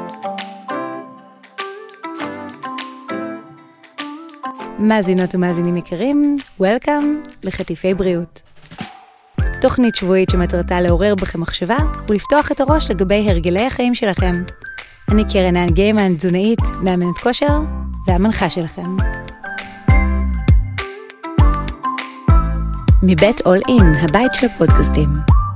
מאזינות ומאזינים יקרים, Welcome לחטיפי בריאות. תוכנית שבועית שמטרתה לעורר בכם מחשבה ולפתוח את הראש לגבי הרגלי החיים שלכם. אני קרן גיימן, תזונאית, מאמנת כושר והמנחה שלכם. מבית אול אין, הבית של הפודקאסטים.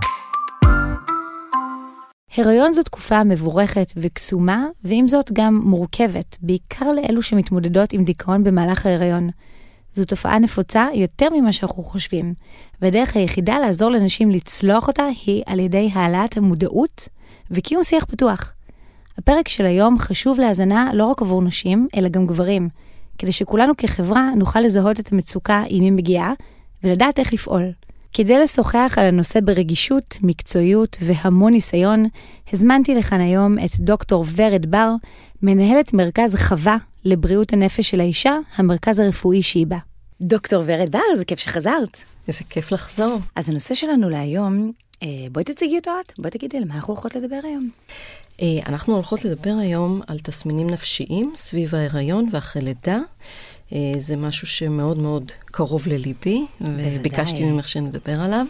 הריון זו תקופה מבורכת וקסומה, ועם זאת גם מורכבת, בעיקר לאלו שמתמודדות עם דיכאון במהלך ההריון. זו תופעה נפוצה יותר ממה שאנחנו חושבים, והדרך היחידה לעזור לנשים לצלוח אותה היא על ידי העלאת המודעות וקיום שיח פתוח. הפרק של היום חשוב להזנה לא רק עבור נשים, אלא גם גברים, כדי שכולנו כחברה נוכל לזהות את המצוקה אם היא מגיעה, ולדעת איך לפעול. כדי לשוחח על הנושא ברגישות, מקצועיות והמון ניסיון, הזמנתי לכאן היום את דוקטור ורד בר, מנהלת מרכז חווה לבריאות הנפש של האישה, המרכז הרפואי שיבא. דוקטור ורד בר, זה כיף שחזרת. איזה כיף לחזור. אז הנושא שלנו להיום, בואי תציגי אותו את, בואי תגידי על מה אנחנו הולכות לדבר היום. אנחנו הולכות לדבר היום על תסמינים נפשיים סביב ההיריון ואחרי לידה. זה משהו שמאוד מאוד קרוב לליבי, וביקשתי ממך שנדבר עליו.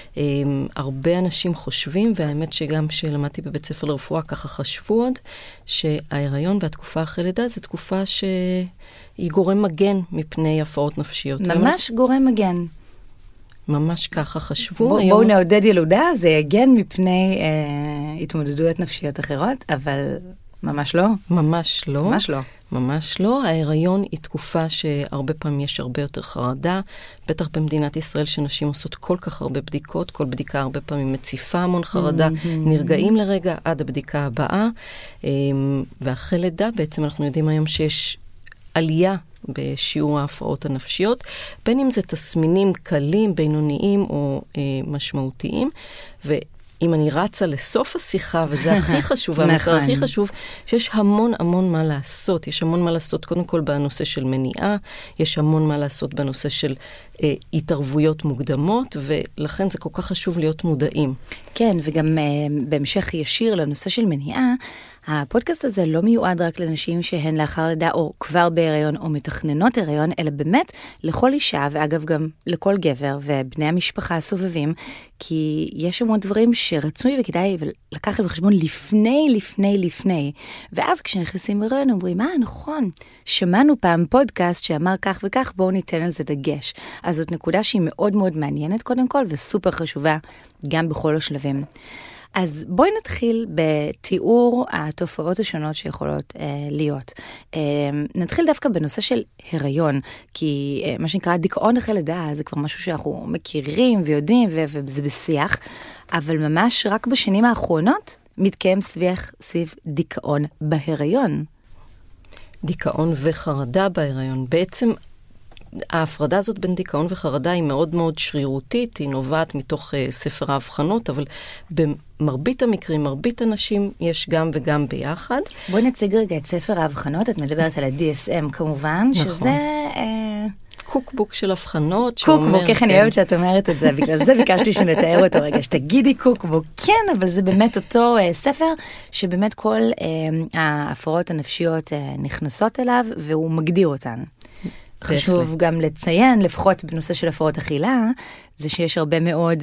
הרבה אנשים חושבים, והאמת שגם שלמדתי בבית ספר לרפואה ככה חשבו עוד, שההיריון והתקופה אחרי לידה זו תקופה שהיא גורם מגן מפני הפרעות נפשיות. ממש גורם מגן. ממש ככה חשבו. בואו נעודד ילודה, זה יגן מפני התמודדויות נפשיות אחרות, אבל ממש לא. ממש לא. ממש לא. ממש לא. ההיריון היא תקופה שהרבה פעמים יש הרבה יותר חרדה, בטח במדינת ישראל שנשים עושות כל כך הרבה בדיקות, כל בדיקה הרבה פעמים מציפה המון חרדה, נרגעים לרגע עד הבדיקה הבאה, ואחרי לידה בעצם אנחנו יודעים היום שיש עלייה בשיעור ההפרעות הנפשיות, בין אם זה תסמינים קלים, בינוניים או משמעותיים, אם אני רצה לסוף השיחה, וזה הכי חשוב, והמסר הכי חשוב, שיש המון המון מה לעשות. יש המון מה לעשות, קודם כל, בנושא של מניעה, יש המון מה לעשות בנושא של התערבויות מוקדמות, ולכן זה כל כך חשוב להיות מודעים. כן, וגם בהמשך ישיר לנושא של מניעה, הפודקאסט הזה לא מיועד רק לנשים שהן לאחר לידה או כבר בהיריון או מתכננות הריון, אלא באמת לכל אישה, ואגב גם לכל גבר ובני המשפחה הסובבים, כי יש המון דברים שרצוי וכדאי לקחת בחשבון לפני. ואז כשנכנסים בהיריון אומרים, נכון, שמענו פעם פודקאסט שאמר כך וכך, בואו ניתן על זה דגש. אז זאת נקודה שהיא מאוד מאוד מעניינת קודם כל, וסופר חשובה גם בכל השלבים. אז בואי נתחיל בתיאור התופעות השונות שיכולות להיות. נתחיל דווקא בנושא של הריון, כי מה שנקרא דיכאון אחרי לידה, זה כבר משהו שאנחנו מכירים ויודעים, וזה בשיח, אבל ממש רק בשנים האחרונות מתקיים סביב דיכאון בהיריון. דיכאון וחרדה בהיריון. בעצם ההפרדה הזאת בין דיכאון וחרדה היא מאוד מאוד שרירותית, היא נובעת מתוך ספר ההבחנות, אבל במרבית המקרים, מרבית אנשים יש גם וגם ביחד. בואי נציג רגע את ספר ההבחנות, את מדברת על ה-DSM כמובן, נכון. שזה קוקבוק של הבחנות. קוקבוק, איך אני אוהבת שאת אומרת את זה, בגלל זה ביקשתי שנתאר אותו רגע, שתגידי קוקבוק, כן, אבל זה באמת אותו ספר, שבאמת כל ההפרעות הנפשיות נכנסות אליו, והוא מגדיר אותן. חשוב גם לציין, לפחות בנושא של הפרעות אכילה, זה שיש הרבה מאוד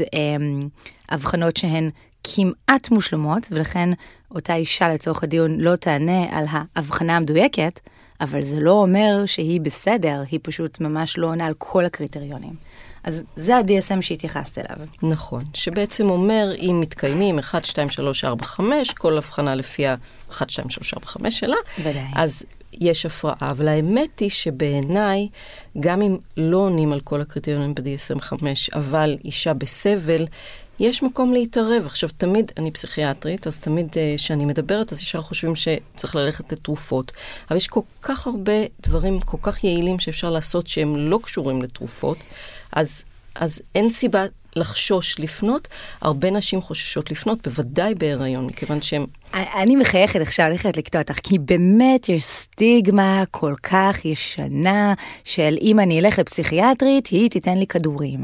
הבחנות שהן כמעט מושלמות, ולכן אותה אישה לצורך הדיון לא תענה על ההבחנה המדויקת, אבל זה לא אומר שהיא בסדר, היא פשוט ממש לא עונה על כל הקריטריונים. אז זה ה-DSM שהתייחסת אליו. נכון, שבעצם אומר, אם מתקיימים 1, 2, 3, 4, 5, כל הבחנה לפי ה-1, 2, 3, 4, 5 שלה, ודאי. אז יש הפרעה, אבל האמת היא שבעיניי, גם אם לא עונים על כל הקריטריונים ב-DSM-5, אבל אישה בסבל, יש מקום להתערב. עכשיו, תמיד, אני פסיכיאטרית, אז תמיד שאני מדברת, אז ישר חושבים שצריך ללכת לתרופות. אבל יש כל כך הרבה דברים כל כך יעילים שאפשר לעשות שהם לא קשורים לתרופות, אז אין סיבה לחשוש לפנות. הרבה נשים חוששות לפנות, בוודאי בהיריון, מכיוון שהם... אני מחייכת עכשיו, הולכת לקטוע אותך, כי באמת יש סטיגמה כל כך ישנה, של אם אני אלך לפסיכיאטרית, היא תיתן לי כדורים.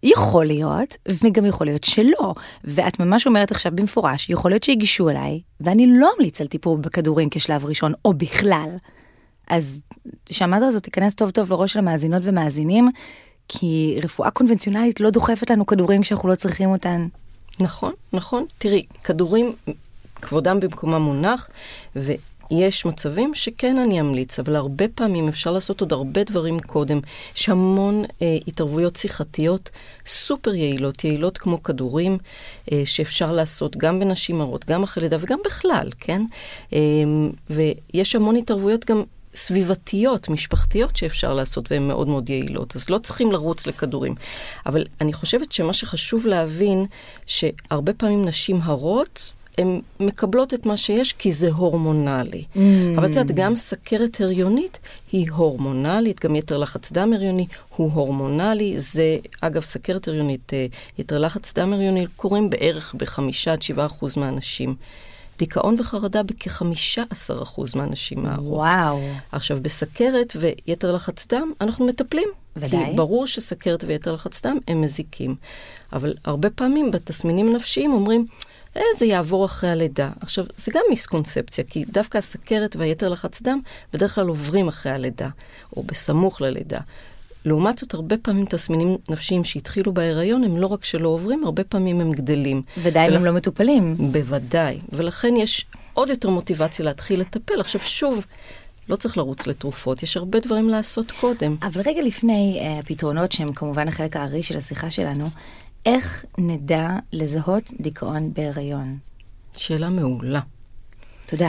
יכול להיות, וגם יכול להיות שלא. ואת ממש אומרת עכשיו במפורש, יכול להיות שיגישו אליי, ואני לא אמליץ על טיפול בכדורים כשלב ראשון, או בכלל. אז שהמטרה הזאת תיכנס טוב טוב לראש של המאזינות ומאזינים, כי רפואה קונבנציונלית לא דוחפת לנו כדורים כשאנחנו לא צריכים אותן. נכון, נכון. תראי, כדורים, כבודם במקומם מונח, ויש מצבים שכן אני אמליץ, אבל הרבה פעמים אפשר לעשות עוד הרבה דברים קודם, שהמון התערבויות שיחתיות סופר יעילות, יעילות כמו כדורים, שאפשר לעשות גם בנשים הרות, גם אחרי לידה וגם בכלל, כן? ויש המון התערבויות גם סביבתיות, משפחתיות שאפשר לעשות, והן מאוד מאוד יעילות. אז לא צריכים לרוץ לכדורים. אבל אני חושבת שמה שחשוב להבין, שהרבה פעמים נשים הרות, הן מקבלות את מה שיש כי זה הורמונלי. אבל את יודעת, גם סכרת הריונית היא הורמונלית, גם יתר לחץ דם הריוני הוא הורמונלי. זה, אגב, סכרת הריונית, יתר לחץ דם הריוני קורים בערך ב5-7% מהאנשים. דיכאון וחרדה בכ-15% מהנשים מהרות. וואו. עכשיו, בסכרת ויתר לחץ דם, אנחנו מטפלים. ודאי. כי ברור שסכרת ויתר לחץ דם הם מזיקים. אבל הרבה פעמים בתסמינים נפשיים אומרים, זה יעבור אחרי הלידה. עכשיו, זה גם מיסקונספציה, כי דווקא הסכרת והיתר לחץ דם בדרך כלל עוברים אחרי הלידה, או בסמוך ללידה. לעומת זאת, הרבה פעמים תסמינים נפשיים שהתחילו בהיריון, הם לא רק שלא עוברים, הרבה פעמים הם גדלים. ודאי הם לא מטופלים. בוודאי. ולכן יש עוד יותר מוטיבציה להתחיל לטפל. עכשיו שוב, לא צריך לרוץ לתרופות, יש הרבה דברים לעשות קודם. אבל רגע לפני הפתרונות, שהם כמובן החלק הארי של השיחה שלנו, איך נדע לזהות דיכאון בהיריון? שאלה מעולה. תודה.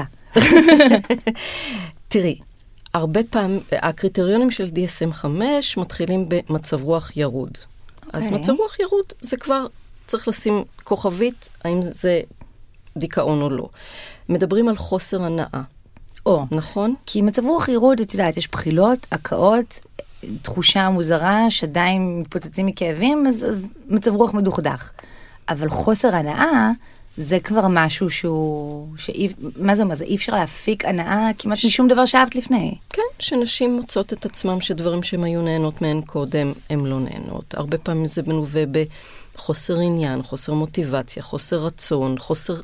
תראי, הרבה פעמים, הקריטריונים של DSM-5 מתחילים במצב רוח ירוד. אז מצב רוח ירוד זה כבר צריך לשים כוכבית, האם זה דיכאון או לא. מדברים על חוסר הנאה. נכון? כי מצב רוח ירוד, את יודעת, יש בחילות, הקאות, תחושה מוזרה, שדיים מתפוצצים מכאבים, אז מצב רוח מדוכדך. אבל חוסר הנאה, זה כבר משהו מה זה אומר? זה אי אפשר להפיק הנאה כמעט משום דבר שאהבת לפני. כן, שנשים מוצאות את עצמם שדברים שהם היו נהנות מהן קודם, הם לא נהנות. הרבה פעמים זה מלווה בחוסר עניין, חוסר מוטיבציה, חוסר רצון,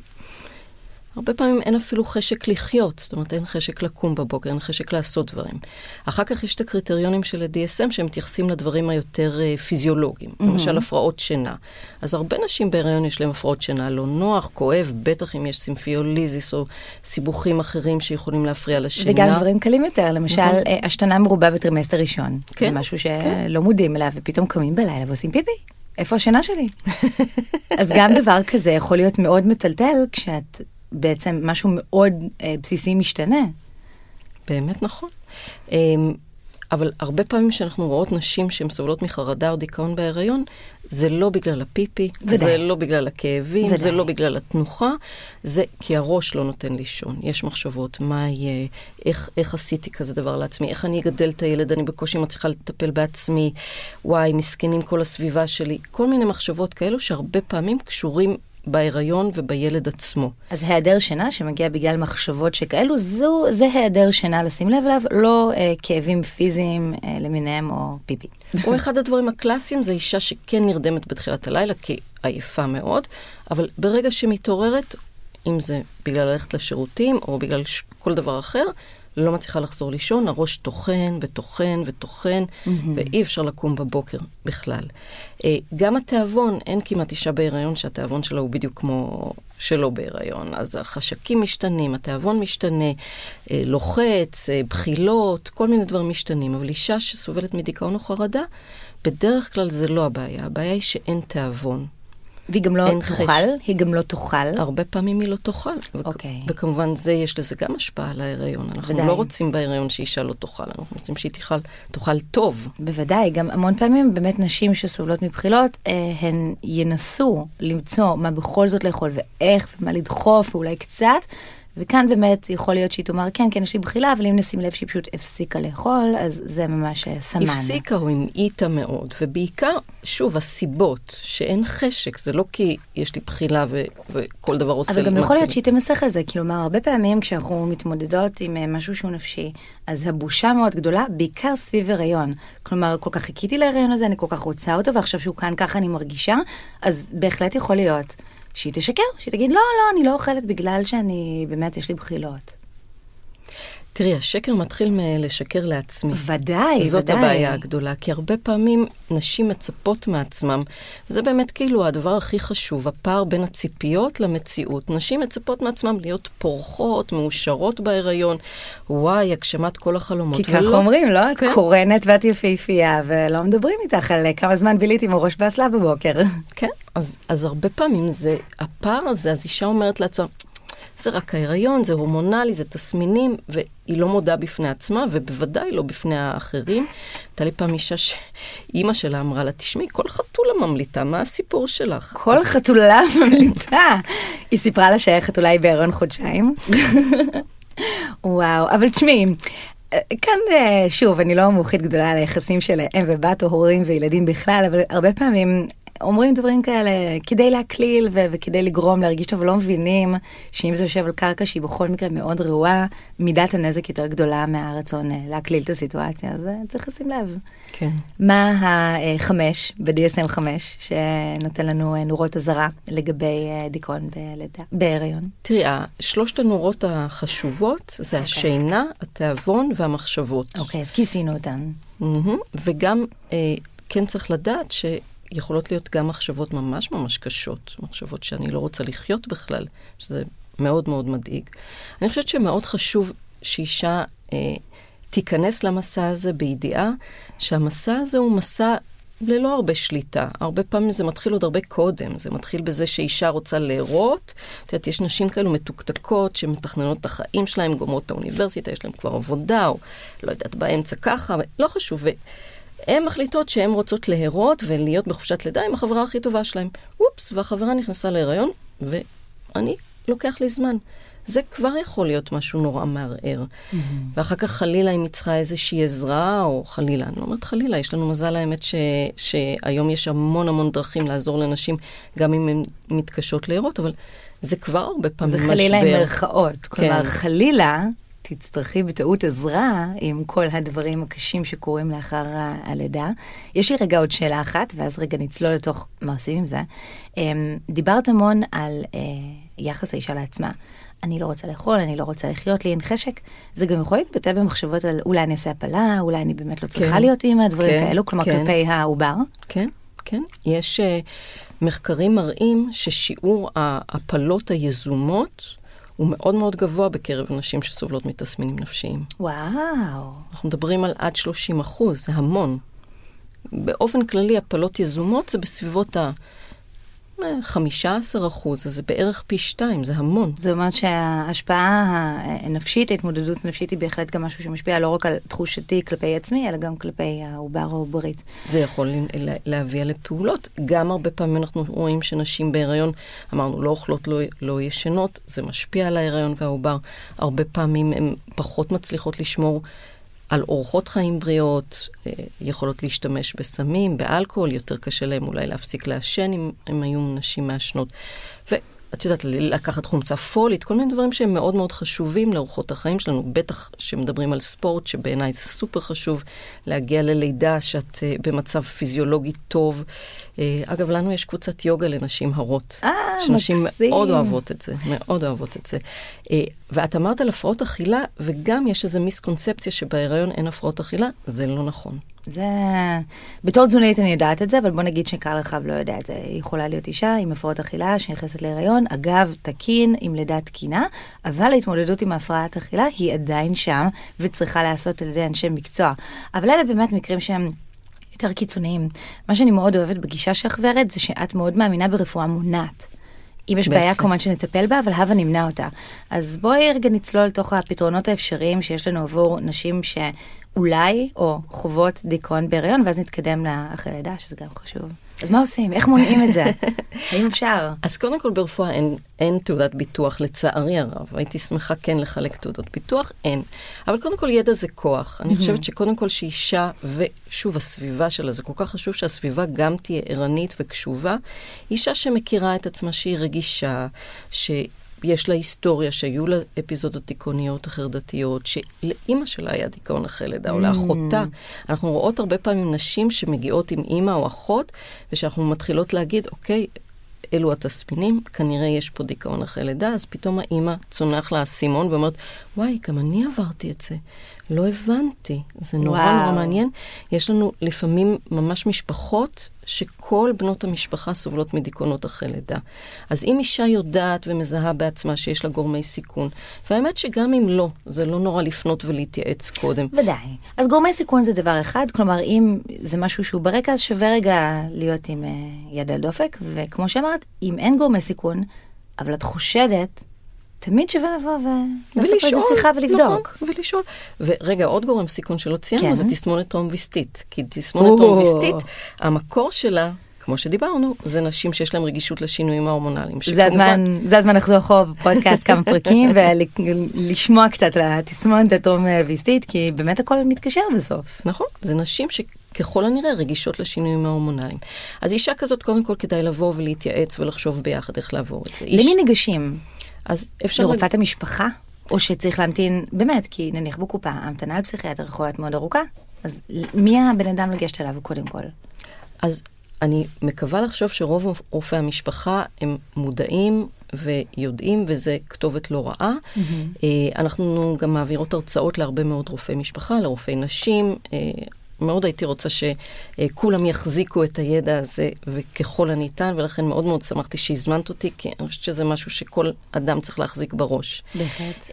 הרבה פעמים אין אפילו חשק לחיות, זאת אומרת, אין חשק לקום בבוקר, אין חשק לעשות דברים. אחר כך יש את הקריטריונים של ה-DSM שהם מתייחסים לדברים היותר פיזיולוגיים, למשל הפרעות שינה. אז הרבה נשים בהיריון יש להם הפרעות שינה, לא נוח, כואב, בטח אם יש סימפיוליזיס או סיבוכים אחרים שיכולים להפריע לשינה. וגם דברים קלים יותר, למשל, השתנה מרובה בטרימסטר ראשון. זה משהו שלא מודעים אליו, ופתאום קמים בלילה ועושים פיפי. איפה השינה שלי? אז גם דבר כזה יכול להיות מאוד מטלטל כשאת בעצם משהו מאוד בסיסי משתנה. באמת נכון. אבל הרבה פעמים שאנחנו רואות נשים שהן סובלות מחרדה או דיכאון בהיריון, זה לא בגלל הפיפי, זה לא בגלל הכאבים, זה לא בגלל התנוחה, זה כי הראש לא נותן לישון. יש מחשבות, מה יהיה, איך עשיתי כזה דבר לעצמי, איך אני אגדל את הילד, אני בקושי מצליחה לטפל בעצמי, וואי, מסכנים כל הסביבה שלי, כל מיני מחשבות כאלו שהרבה פעמים קשורים בהיריון ובילד עצמו. אז היעדר שינה שמגיע בגלל מחשבות שכאלו, זה היעדר שינה לשים לב אליו, לא כאבים פיזיים למיניהם או פיפי. או אחד הדברים הקלאסיים זה אישה שכן נרדמת בתחילת הלילה, כי עייפה מאוד, אבל ברגע שמתעוררת, אם זה בגלל ללכת לשירותים או בגלל כל דבר אחר, לא מצליחה לחזור לישון, הראש תוכן ותוכן ותוכן, ואי אפשר לקום בבוקר בכלל. גם התיאבון, אין כמעט אישה בהיריון שהתיאבון שלה הוא בדיוק כמו שלא בהיריון. אז החשקים משתנים, התיאבון משתנה, לוחץ, בחילות, כל מיני דברים משתנים. אבל אישה שסובלת מדיכאון או חרדה, בדרך כלל זה לא הבעיה. הבעיה היא שאין תיאבון. והיא גם לא תאכל? היא גם לא תאכל? הרבה פעמים היא לא תאכל. וכמובן יש לזה גם השפעה על ההיריון. אנחנו לא רוצים בהיריון שאישה לא תאכל, אנחנו רוצים שהיא תאכל טוב. בוודאי, גם המון פעמים באמת נשים שסובלות מבחילות, הן ינסו למצוא מה בכל זאת לאכול ואיך ומה לדחוף ואולי קצת, וכאן באמת יכול להיות שהיא תאמר, כן, יש לי בחילה, אבל אם נשים לב שהיא פשוט הפסיקה לאכול, אז זה ממש סמן. הפסיקה או המעיטה מאוד, ובעיקר, שוב, הסיבות, שאין חשק, זה לא כי יש לי בחילה וכל דבר עושה... אבל גם יכול להיות שהיא תמסך על זה, כלומר, הרבה פעמים כשאנחנו מתמודדות עם משהו שהוא נפשי, אז הבושה מאוד גדולה, בעיקר סביב הריון. כלומר, כל כך חיכיתי להריון הזה, אני כל כך רוצה אותו, ועכשיו שהוא כאן ככה אני מרגישה, אז בהחלט יכול להיות שהיא תשקר, שהיא תגיד, לא, אני לא אוכלת בגלל שאני, באמת, יש לי בחילות. תראי, השקר מתחיל מלשקר לעצמי. ודאי. זאת הבעיה הגדולה, כי הרבה פעמים נשים מצפות מעצמם, וזה באמת כאילו הדבר הכי חשוב, הפער בין הציפיות למציאות. נשים מצפות מעצמם להיות פורחות, מאושרות בהיריון, וואי, הגשמת כל החלומות. כי כך אומרים, לא? את קורנת ואת יפהפייה, ולא מדברים איתך על כמה זמן ביליתי עם הראש באסלה בבוקר. כן, אז הרבה פעמים זה, הפער הזה, אז אישה אומרת לעצמה, זה רק ההיריון, זה הורמונלי, זה תסמינים, והיא לא מודה בפני עצמה, ובוודאי לא בפני האחרים. הייתה לי פעם אישה שאימא שלה אמרה לה, תשמעי, כל חתולה ממליטה, מה הסיפור שלך? כל חתולה ממליטה. היא סיפרה לה שהחתולה היא בהיריון חודשיים. וואו, אבל תשמעי, כאן שוב, אני לא מומחית גדולה על היחסים של אם ובת או הורים וילדים בכלל, אבל הרבה פעמים אומרים דברים כאלה כדי להקליל וכדי לגרום להרגיש טוב, ולא מבינים שאם זה יושב על קרקע שהיא בכל מקרה מאוד רעועה, מידת הנזק יותר גדולה מהרצון להקליל את הסיטואציה, אז צריך לשים לב. כן. מה ה-5 ב-DSM 5 שנותן לנו נורות הזרה לגבי דיכאון בהיריון? תראי, שלושת הנורות החשובות זה השינה, התיאבון והמחשבות. אוקיי, אז כיסינו אותן. וגם כן צריך לדעת יכולות להיות גם מחשבות ממש ממש קשות, מחשבות שאני לא רוצה לחיות בכלל, שזה מאוד מאוד מדאיג. אני חושבת שמאוד חשוב שאישה תיכנס למסע הזה בידיעה, שהמסע הזה הוא מסע ללא הרבה שליטה. הרבה פעמים זה מתחיל עוד הרבה קודם, זה מתחיל בזה שאישה רוצה להירות, את יודעת, יש נשים כאלו מתוקתקות שמתכננות את החיים שלהם, גומרות את האוניברסיטה, יש להם כבר עבודה, או לא יודעת, באמצע ככה, לא חשוב, הן מחליטות שהן רוצות להירות ולהיות בחופשת לידה עם החברה הכי טובה שלהם. אופס, והחברה נכנסה להיריון, ואני לוקח לי זמן. זה כבר יכול להיות משהו נורא מערער. ואחר כך חלילה אם היא צריכה איזושהי עזרה, או חלילה, אני לא אומרת חלילה, יש לנו מזל האמת שהיום יש המון המון דרכים לעזור לנשים, גם אם הן מתקשות להירות, אבל זה כבר הרבה פעמים משבר. זה חלילה עם מרכאות. כלומר, חלילה תצטרכי בטעות עזרה עם כל הדברים הקשים שקורים לאחר הלידה. יש לי רגע עוד שאלה אחת, ואז רגע נצלול לתוך מה עושים עם זה. דיברת המון על יחס האישה לעצמה. אני לא רוצה לאכול, אני לא רוצה לחיות, לי אין חשק. זה גם יכול להתבטא במחשבות על אולי אני אעשה הפלה, אולי אני באמת לא צריכה להיות אימא, דברים כאלו, כלומר כלפי העובר. כן, כן. יש מחקרים מראים ששיעור ההפלות היזומות הוא מאוד מאוד גבוה בקרב נשים שסובלות מתסמינים נפשיים. וואו. אנחנו מדברים על עד 30%, זה המון. באופן כללי, הפלות יזומות זה בסביבות 15%, אז זה בערך פי 2, זה המון. זאת אומרת שההשפעה הנפשית, ההתמודדות הנפשית היא בהחלט גם משהו שמשפיע לא רק על תחושתי כלפי עצמי, אלא גם כלפי העובר או העוברית. זה יכול להביא לפעולות. גם הרבה פעמים אנחנו רואים שנשים בהיריון, אמרנו, לא אוכלות, לא ישנות, זה משפיע על ההיריון והעובר. הרבה פעמים הן פחות מצליחות לשמור על אורחות חיים בריאות, יכולות להשתמש בסמים, באלכוהול, יותר קשה להם אולי להפסיק לעשן אם הם היו נשים מעשנות. ואת יודעת, לקחת חומצה פולית, כל מיני דברים שהם מאוד מאוד חשובים לאורחות החיים שלנו, בטח שמדברים על ספורט, שבעיניי זה סופר חשוב להגיע ללידה שאת במצב פיזיולוגי טוב. אגב, לנו יש קבוצת יוגה לנשים הרות. שנשים מאוד אוהבות את זה, מאוד אוהבות את זה. ואת אמרת על הפרעות אכילה, וגם יש איזו מיסקונספציה שבהיריון אין הפרעות אכילה, זה לא נכון. זה, בתור תזונאית אני יודעת את זה, אבל בוא נגיד שקהל רחב לא יודע את זה. היא יכולה להיות אישה עם הפרעות אכילה שנכנסת להיריון, אגב, תקין, עם לידה תקינה, אבל ההתמודדות עם הפרעת אכילה היא עדיין שם, וצריכה לעשות על ידי אנשי מקצוע. אבל אלה באמת מקרים שהם יותר קיצוניים. מה שאני מאוד אוהבת בגישה שלך ורד, זה שאת מאוד מאמינה ברפואה מונעת. אם יש בעיה כמובן שנטפל בה, אבל הבה נמנע אותה. אז בואי רגע נצלול לתוך הפתרונות האפשריים שיש לנו עבור נשים אולי, או חוות דיכאון בהיריון, ואז נתקדם לאחרי לידה, שזה גם חשוב. אז מה עושים? איך מונעים את זה? האם אפשר? אז קודם כל ברפואה אין תעודת ביטוח, לצערי הרב. הייתי שמחה כן לחלק תעודות ביטוח, אין. אבל קודם כל ידע זה כוח. אני חושבת שקודם כל שאישה, ושוב הסביבה שלה, זה כל כך חשוב שהסביבה גם תהיה ערנית וקשובה. אישה שמכירה את עצמה שהיא רגישה, יש לה היסטוריה, שהיו לה אפיזודות דיכאוניות החרדתיות, שלאמא שלה היה דיכאון אחרי לידה, או לאחותה. אנחנו רואות הרבה פעמים נשים שמגיעות עם אמא או אחות, ושאנחנו מתחילות להגיד, אוקיי, אלו התסמינים, כנראה יש פה דיכאון אחרי לידה, אז פתאום האמא צונח לה הסימון, ואומרת, וואי, גם אני עברתי את זה. לא הבנתי. זה נורא נורא מעניין. יש לנו לפעמים ממש משפחות שכל בנות המשפחה סובלות מדיכאונות אחרי לידה. אז אם אישה יודעת ומזהה בעצמה שיש לה גורמי סיכון, והאמת שגם אם לא, זה לא נורא לפנות ולהתייעץ קודם. ודאי. אז גורמי סיכון זה דבר אחד, כלומר אם זה משהו שהוא ברקע, אז שווה רגע להיות עם יד על דופק, וכמו שאמרת, אם אין גורמי סיכון, אבל את חושדת, תמיד שווה לבוא ולעשות רגע שיחה ולבדוק. נכון, ולשאול. ורגע, עוד גורם סיכון שלא ציינו, זה תסמונת טרום-ויסטית. כי תסמונת טרום-ויסטית, המקור שלה, כמו שדיברנו, זה נשים שיש להם רגישות לשינויים ההורמונליים. זה הזמן לחזור אחורה בפודקאסט כמה פרקים, ולשמוע קצת לתסמונת הטרום-ויסטית, כי באמת הכל מתקשר בסוף. נכון, זה נשים ככל הנראה רגישות לשינויים ההורמונליים. אז אישה כזאת, קודם כל כדאי לבוא ולהתייעץ ולחשוב ביחד איך לעבור את זה. למי ניגשים? אז אפשר... לרופאת המשפחה? או שצריך להמתין, באמת, כי נניח בקופה, ההמתנה על פסיכיאטר יכולה להיות מאוד ארוכה, אז מי הבן אדם לגשת אליו קודם כל? אז אני מקווה לחשוב שרוב רופאי המשפחה הם מודעים ויודעים, וזה כתובת לא רעה. אנחנו גם מעבירות הרצאות להרבה מאוד רופאי משפחה, לרופאי נשים, מאוד הייתי רוצה שכולם יחזיקו את הידע הזה וככל הניתן, ולכן מאוד מאוד שמחתי שהזמנת אותי, כי אני חושבת שזה משהו שכל אדם צריך להחזיק בראש. בהחלט.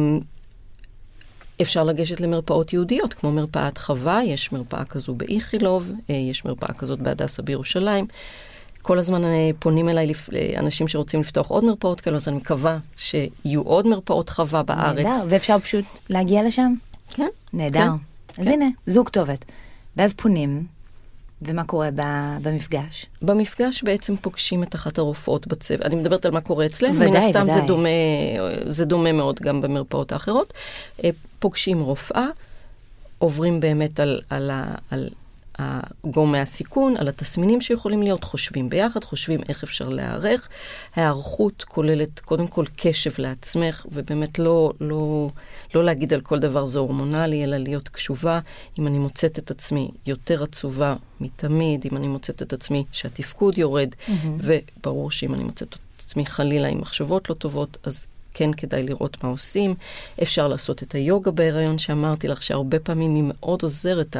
אפשר לגשת למרפאות יהודיות, כמו מרפאת חווה, יש מרפאה כזו באיכילוב, יש מרפאה כזאת בהדסה בירושלים. כל הזמן פונים אליי אנשים שרוצים לפתוח עוד מרפאות כאלה, אז אני מקווה שיהיו עוד מרפאות חווה בארץ. נהדר, ואפשר פשוט להגיע לשם? כן. נהדר. אז הנה, זו כתובת. ואז פונים, ומה קורה במפגש? במפגש בעצם פוגשים את אחת הרופאות בצוות. אני מדברת על מה קורה אצלנו, מן הסתם זה דומה מאוד גם במרפאות האחרות. פוגשים רופאה, עוברים באמת על גורמי הסיכון, על התסמינים שיכולים להיות, חושבים ביחד, חושבים איך אפשר להיערך. הערכות כוללת קודם כל קשב לעצמך, ובאמת לא להגיד על כל דבר זה הורמונלי, אלא להיות קשובה. אם אני מוצאת את עצמי יותר עצובה מתמיד, אם אני מוצאת את עצמי שהתפקוד יורד, וברור שאם אני מוצאת את עצמי חלילה עם מחשבות לא טובות, אז כן כדאי לראות מה עושים. אפשר לעשות את היוגה בהיריון, שאמרתי לך שהרבה פעמים היא מאוד עוזרת.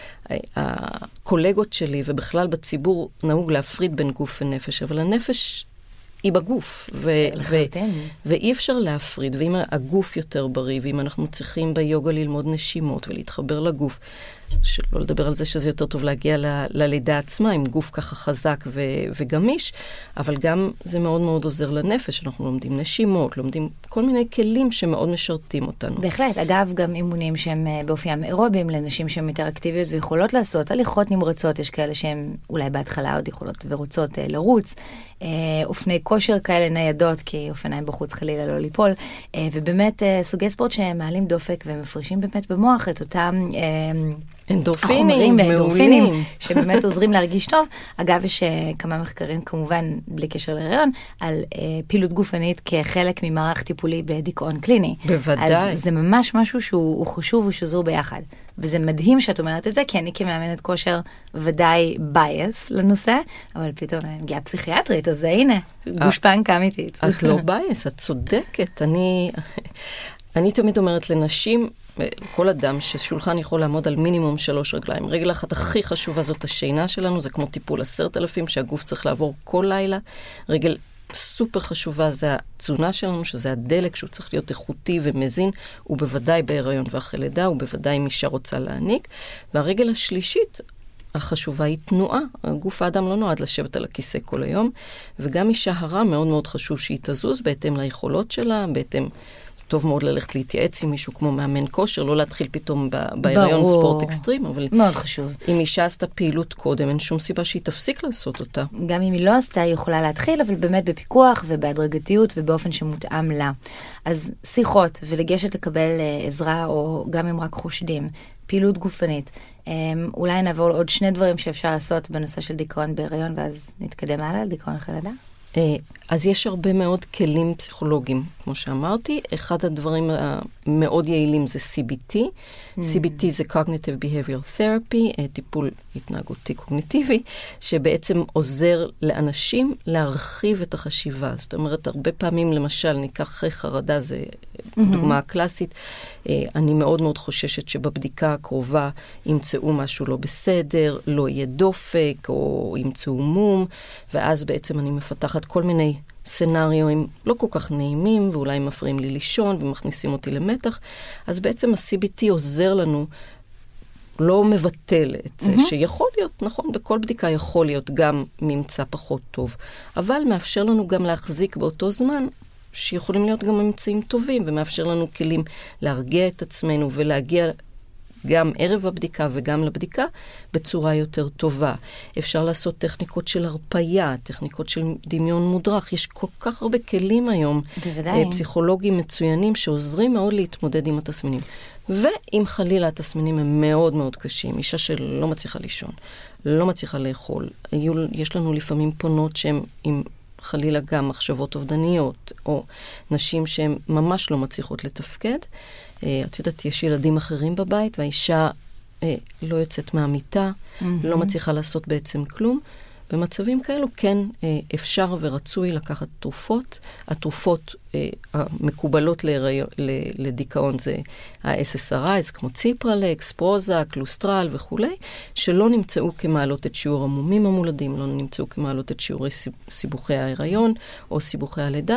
הקולגות שלי ובכלל בציבור נהוג להפריד בין גוף ונפש, אבל הנפש היא בגוף, ואי אפשר להפריד, ואם הגוף יותר בריא, ואם אנחנו צריכים ביוגה ללמוד נשימות ולהתחבר לגוף, שלא לדבר על זה שזה יותר טוב להגיע ללידה עצמה, עם גוף ככה חזק וגמיש, אבל גם זה מאוד מאוד עוזר לנפש, אנחנו לומדים נשימות, לומדים כל מיני כלים שמאוד משרתים אותנו. בהחלט, אגב, גם אימונים שהם באופיים אירובים, לנשים שהן יותר אקטיביות ויכולות לעשות, הליכות נמרצות, יש כאלה שהן אולי בהתחלה עוד יכולות ורוצות לרוץ, אופני כושר כאלה ניידות, כי אופניים בחוץ חלילה לא ליפול, ובאמת סוגי ספורט שמעלים דופק ומפרישים באמת במוח את אותם אנדורפינים, מעולים, שבאמת עוזרים להרגיש טוב. אגב, יש כמה מחקרים, כמובן, בלי קשר להיריון, על פעילות גופנית כחלק ממערך טיפולי בדיכאון קליני. בוודאי. אז זה ממש משהו שהוא חשוב ושזור ביחד. וזה מדהים שאת אומרת את זה, כי אני כמאמנת כושר ודאי בייס לנושא, אבל פתאום מגיעה פסיכיאטרית, אז הנה, גושפנקה אמיתית. את לא בייס, את צודקת. אני תמיד אומרת לנשים, כל אדם ששולחן יכול לעמוד על מינימום 3 רגליים. רגל אחת הכי חשובה זאת השינה שלנו, זה כמו טיפול 10,000 שהגוף צריך לעבור כל לילה. רגל סופר חשובה זה התזונה שלנו, שזה הדלק, שהוא צריך להיות איכותי ומזין, ובוודאי בהיריון ואחרי לידה, ובוודאי אם אישה רוצה להעניק. והרגל השלישית, החשובה היא תנועה. גוף האדם לא נועד לשבת על הכיסא כל היום, וגם אישה הרה מאוד מאוד חשוב שהיא תזוז בהתאם ליכולות שלה, בהתאם... טוב מאוד ללכת להתייעץ עם מישהו כמו מאמן כושר, לא להתחיל פתאום בהיריון ספורט אקסטרים, אבל מאוד חשוב. אם אישה עשתה פעילות קודם, אין שום סיבה שהיא תפסיק לעשות אותה. גם אם היא לא עשתה, היא יכולה להתחיל, אבל באמת בפיקוח ובהדרגתיות ובאופן שמותאם לה. אז שיחות ולגשת לקבל עזרה, או גם אם רק חושדים, פעילות גופנית. אולי נעבור לעוד 2 דברים שאפשר לעשות בנושא של דיכאון בהיריון, ואז נתקדם הלאה לדיכאון אחרי לידה. אז יש הרבה מאוד כלים פסיכולוגיים, כמו שאמרתי. אחד הדברים המאוד יעילים זה CBT. CBT זה Cognitive Behavioral Therapy, טיפול התנהגותי קוגניטיבי, שבעצם עוזר לאנשים להרחיב את החשיבה. זאת אומרת, הרבה פעמים, למשל, ניקח חרדה, זה דוגמה קלאסית, אני מאוד מאוד חוששת שבבדיקה הקרובה ימצאו משהו לא בסדר, לא יהיה דופק, או ימצאו מום, ואז בעצם אני מפתחת כל מיני סנריואים לא כל כך נעימים, ואולי מפריעים לי לישון ומכניסים אותי למתח. אז בעצם ה-CBT עוזר לנו, לא מבטל את זה, שיכול להיות, נכון, בכל בדיקה יכול להיות גם ממצא פחות טוב, אבל מאפשר לנו גם להחזיק באותו זמן, שיכולים להיות גם ממצאים טובים, ומאפשר לנו כלים להרגיע את עצמנו ולהגיע גם ערב הבדיקה וגם לבדיקה בצורה יותר טובה. אפשר לעשות טכניקות של הרפיה, טכניקות של דמיון מודרך. יש כל כך הרבה כלים היום, פסיכולוגים מצוינים, שעוזרים מאוד להתמודד עם התסמינים. ואם חלילה התסמינים הם מאוד מאוד קשים, אישה שלא מצליחה לישון, לא מצליחה לאכול, יש לנו לפעמים פונות שהן עם חלילה גם מחשבות אובדניות, או נשים שהן ממש לא מצליחות לתפקד. את יודעת, יש ילדים אחרים בבית, והאישה לא יוצאת מהמיטה, לא מצליחה לעשות בעצם כלום. במצבים כאלו כן אפשר ורצוי לקחת תרופות. התרופות המקובלות לדיכאון זה ה-SSRIs, כמו ציפרלקס, פרוזק, לוסטרל וכו', שלא נמצאו כמעלות את שיעור המומים המולדים, לא נמצאו כמעלות את שיעורי סיבוכי ההיריון או סיבוכי הלידה.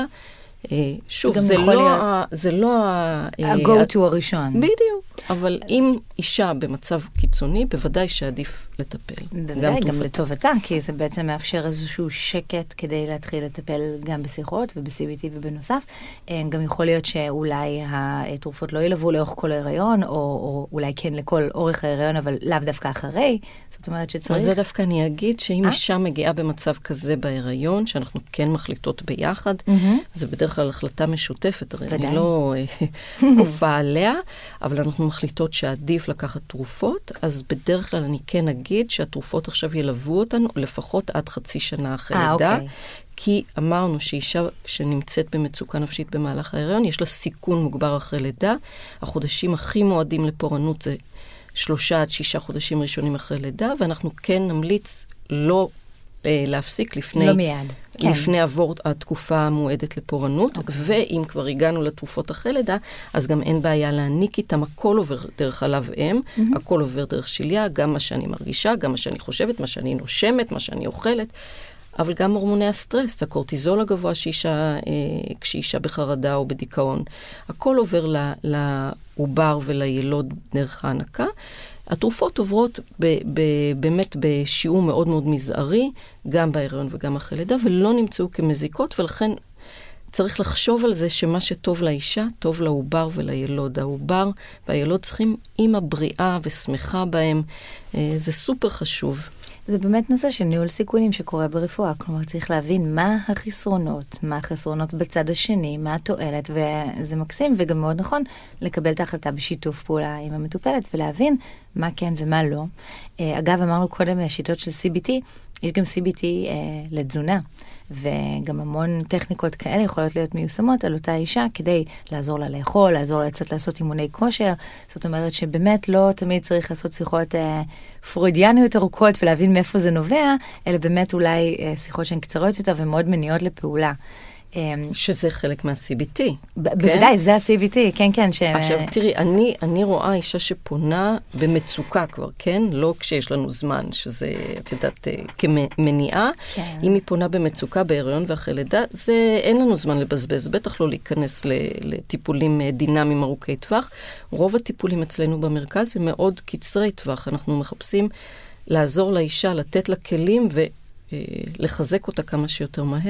שוב, זה לא ה-go-to הראשון. בדיוק, אבל אם אישה במצב קיצוני, בוודאי שעדיף לטפל. בוודאי, גם לטובתה, כי זה בעצם מאפשר איזשהו שקט כדי להתחיל לטפל גם בשיחות וב-CBT ובנוסף. גם יכול להיות שאולי התרופות לא ילוו לאורך כל ההיריון, או אולי כן לכל אורך ההיריון, אבל לאו דווקא אחרי. זאת אומרת שצריך... אז זה דווקא אני אגיד שאם אישה מגיעה במצב כזה בהיריון, שאנחנו כן מחליטות ביחד, זה בדרך כלל החלטה משותפת, הרי אני לא כופה עליה, אבל אנחנו מחליטות שעדיף לקחת תרופות, אז בדרך כלל אני כן אגיד שהתרופות עכשיו ילוו אותנו לפחות עד חצי שנה אחרי לידה, כי אמרנו שאישה שנמצאת במצוקה נפשית במהלך ההיריון, יש לה סיכון מוגבר אחרי לידה. החודשים הכי מועדים לפורענות זה 3 עד 6 חודשים ראשונים אחרי לידה, ואנחנו כן נמליץ לא להפסיק לפני... לא מיד. לפני עבור התקופה המועדת לפורענות, ואם כבר הגענו לתרופות אחרי לידה, אז גם אין בעיה להניק איתם, הכל עובר דרך חלב אם, הכל עובר דרך שליה, גם מה שאני מרגישה, גם מה שאני חושבת, מה שאני נושמת, מה שאני אוכלת, אבל גם הורמוני הסטרס, הקורטיזול הגבוה כשאישה בחרדה או בדיכאון, הכל עובר לעובר ולילוד דרך ההנקה. התרופות עוברות באמת בשיעור מאוד מאוד מזערי, גם בהיריון וגם אחרי לידה, ולא נמצאו כמזיקות, ולכן צריך לחשוב על זה שמה שטוב לאישה, טוב לעובר ולילוד. העובר והילוד צריכים אימא בריאה ושמחה בהם, זה סופר חשוב. זה באמת נושא של ניהול סיכונים שקורה ברפואה, כלומר צריך להבין מה החסרונות בצד השני, מה התועלת, וזה מקסים וגם מאוד נכון לקבל את ההחלטה בשיתוף פעולה עם המטופלת, ולהבין מה כן ומה לא. אגב, אמרנו קודם שיטות של CBT, יש גם CBT לתזונה, וגם המון טכניקות כאלה יכולות להיות מיושמות על אותה אישה, כדי לעזור לה לאכול, לעזור לה לצאת לעשות אימוני כושר. זאת אומרת שבאמת לא תמיד צריך לעשות שיחות פרוידיאניות ארוכות, ולהבין מאיפה זה נובע, אלא באמת אולי שיחות שהן קצרות יותר, ומאוד מניעות לפעולה. שזה חלק מה-CBT. בוודאי, זה ה-CBT, כן, כן. עכשיו, תראי, אני רואה אישה שפונה במצוקה כבר, כן? לא כשיש לנו זמן, שזה, את יודעת, כמניעה. אם היא פונה במצוקה, בהיריון ואחרי לידה, אין לנו זמן לבזבז, בטח לא להיכנס לטיפולים דינמיים ארוכי טווח. רוב הטיפולים אצלנו במרכז הם מאוד קצרי טווח. אנחנו מחפשים לעזור לאישה, לתת לה כלים ולחזק אותה כמה שיותר מהר.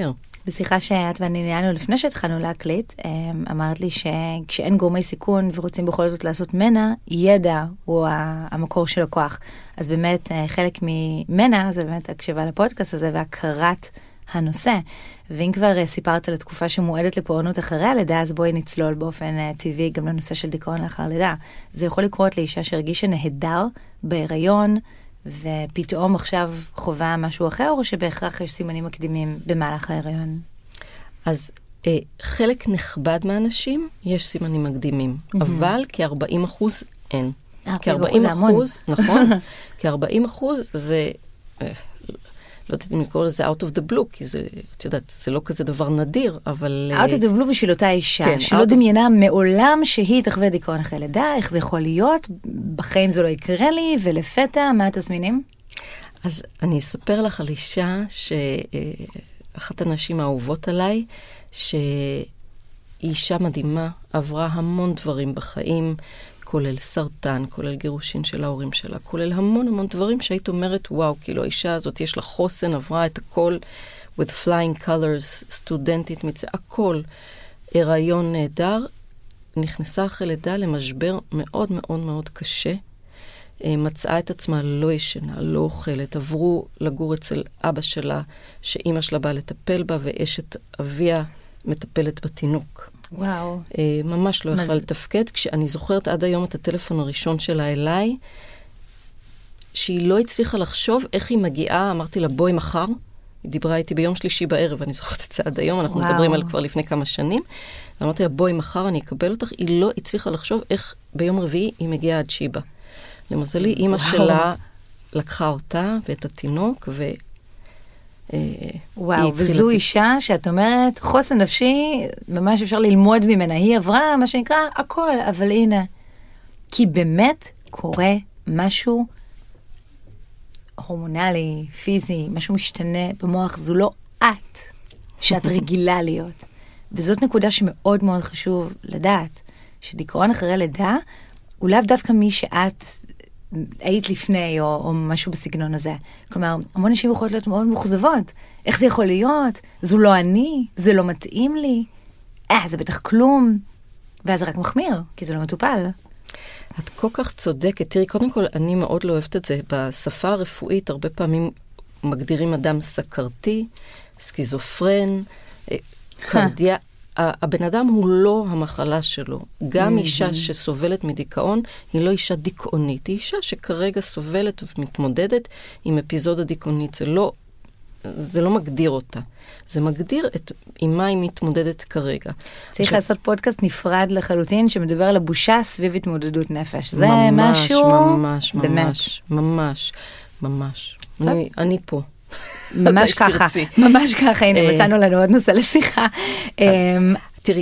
בשיחה שאת ואני ניהלנו לפני שהתחלנו להקליט, אמרת לי שכשאין גורמי סיכון ורוצים בכל זאת לעשות מנע, ידע הוא המקור של הכוח. אז באמת חלק ממנע זה באמת הקשבה לפודקאסט הזה והכרת הנושא. ואם כבר סיפרת על התקופה שמועדת לפורענות אחרי הלידה, אז בואי נצלול באופן טבעי גם לנושא של דיכאון לאחר לידה. זה יכול לקרות לאישה שהרגישה נהדר בהיריון, ופתאום עכשיו חובה משהו אחר, או שבהכרח יש סימנים מקדימים במהלך ההיריון? אז חלק נכבד מהאנשים יש סימנים מקדימים, אבל כ-40% אין. כ-40%, נכון, כ-40% זה, לא יודעת אם לקרוא לזה out of the blue, כי זה, את יודעת, זה לא כזה דבר נדיר, אבל... out of the blue בשביל אותה אישה, שלא דמיינה מעולם שהיא תחווה דיכאון אחרי לידה, איך זה יכול להיות, בחיים זה לא יקרה לי, ולפתע, מה התסמינים? אז אני אספר לך על אישה שאחת הנשים האהובות עליי, שהיא אישה מדהימה, עברה המון דברים בחיים, כולל סרטן, כולל גירושין של ההורים שלה, כולל המון המון דברים שהיית אומרת, וואו, כאילו האישה הזאת יש לה חוסן, עברה את הכל, with flying colors, סטודנטית, הכל, הריון נהדר, נכנסה אחרי לידה למשבר מאוד מאוד מאוד קשה, מצאה את עצמה לא ישנה, לא אוכלת, עברו לגור אצל אבא שלה, שאימא שלה באה לטפל בה, ואשת אביה מטפלת בתינוק. וואו. ממש לא יכלה לתפקד. כשאני זוכרת עד היום את הטלפון הראשון שלה אליי, שהיא לא הצליחה לחשוב איך היא מגיעה, אמרתי לה, בואי מחר. היא דיברה איתי ביום שלישי בערב, אני זוכרת את זה עד היום, אנחנו מדברים על כבר לפני כמה שנים. ואמרתי לה, בואי מחר, אני אקבל אותך. היא לא הצליחה לחשוב איך ביום רביעי היא מגיעה עד שיבה. למזלי, אמא שלה לקחה אותה ואת התינוק, וואו, וזו אישה שאת אומרת, חוסן נפשי, ממש אפשר ללמוד ממנה. היא עברה, מה שנקרא, הכל, אבל הנה. כי באמת קורה משהו הורמונלי, פיזי, משהו משתנה במוח. זו לא את שאת רגילה להיות. וזאת נקודה שמאוד מאוד חשוב לדעת, שדיכאון אחרי לידה, הוא לאו דווקא מי שאת היית לפני, או משהו בסגנון הזה. כלומר, המון נשים יכולות להיות מאוד מוחזבות. איך זה יכול להיות? זו לא אני, זה לא מתאים לי. זה בטח כלום. ואז זה רק מחמיר, כי זה לא מטופל. את כל כך צודקת. תראי, קודם כל, אני מאוד לא אוהבת את זה. בשפה הרפואית, הרבה פעמים מגדירים אדם סכרתי, סקיזופרן, קרדיה. הבן אדם הוא לא המחלה שלו. גם אישה שסובלת מדיכאון, היא לא אישה דיכאונית. היא אישה שכרגע סובלת ומתמודדת עם אפיזודה דיכאונית. זה לא מגדיר אותה. זה מגדיר עם מה היא מתמודדת כרגע. צריך לעשות פודקאסט נפרד לחלוטין, שמדבר על הבושה סביב התמודדות נפש. זה משהו... ממש. אני פה. ממש ככה, ממש ככה, הנה, מצאנו לנו עוד נושא לשיחה. תראי,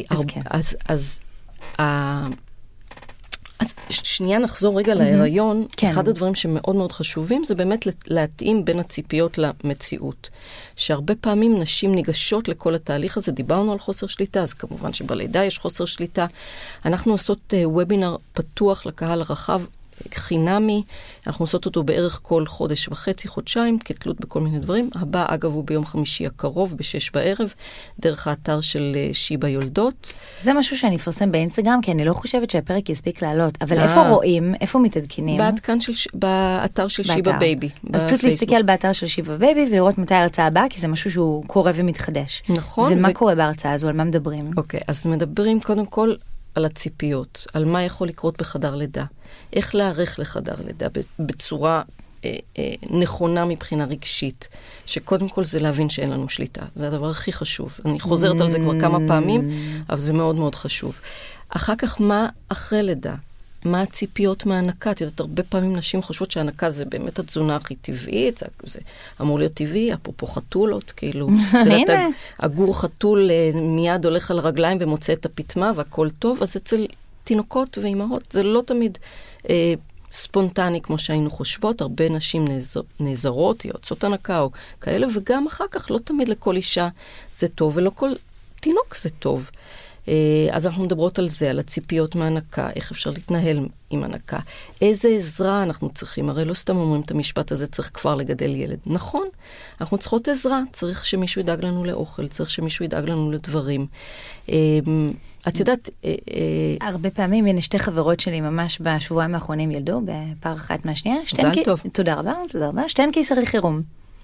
אז שנייה נחזור רגע להיריון. אחד הדברים שמאוד מאוד חשובים, זה באמת להתאים בין הציפיות למציאות. שהרבה פעמים נשים ניגשות לכל התהליך הזה, דיברנו על חוסר שליטה, אז כמובן שבלידה יש חוסר שליטה. אנחנו עושות וובינר פתוח לקהל הרחב, חינמי, אנחנו עושות אותו בערך כל חודש וחצי, חודשיים, כתלות בכל מיני דברים. הבא, אגב, הוא ביום חמישי הקרוב, ב-18:00, דרך האתר של שיבה יולדות. זה משהו שאני אפרסם באינסטגרם, כי אני לא חושבת שהפרק יספיק לעלות, אבל איפה רואים, איפה מתעדכנים? באתר של שיבה בייבי. אז פשוט להסתכל באתר של שיבה בייבי, ולראות מתי ההרצאה הבאה, כי זה משהו שהוא קורה ומתחדש. נכון. ומה קורה בהרצאה הזו? על מה מדברים? אוקיי, אז מדברים קודם כל על הציפיות, על מה יכול לקרות בחדר לידה, איך להערך לחדר לידה בצורה נכונה מבחינה רגשית, שקודם כל זה להבין שאין לנו שליטה. זה הדבר הכי חשוב. אני חוזרת על זה כבר כמה פעמים, אבל זה מאוד מאוד חשוב. אחר כך, מה אחרי לידה? מה הציפיות מהענקה? את יודעת, הרבה פעמים נשים חושבות שהענקה זה באמת התזונה הכי טבעית, זה אמור להיות טבעי, אפרופו חתולות, כאילו, הגור חתול מיד הולך על הרגליים ומוצא את הפתמה והכל טוב, אז אצל תינוקות ואימהות זה לא תמיד ספונטני כמו שהיינו חושבות, הרבה נשים נעזרות, יועצות הנקה או כאלה, וגם אחר כך לא תמיד לכל אישה זה טוב, ולא כל תינוק זה טוב. אז אנחנו מדברות על זה, על הציפיות מהנקה, איך אפשר להתנהל עם הנקה, איזה עזרה אנחנו צריכים, הרי לא סתם אומרים את המשפט הזה, צריך כבר לגדל ילד. נכון, אנחנו צריכות עזרה, צריך שמישהו ידאג לנו לאוכל, צריך שמישהו ידאג לנו לדברים. את יודעת... הרבה פעמים, הנה שתי חברות שלי ממש בשבועיים האחרונים ילדו, בפער אחת מהשנייה. מזל טוב. תודה רבה, תודה רבה. שתיהן קיסרי חירום.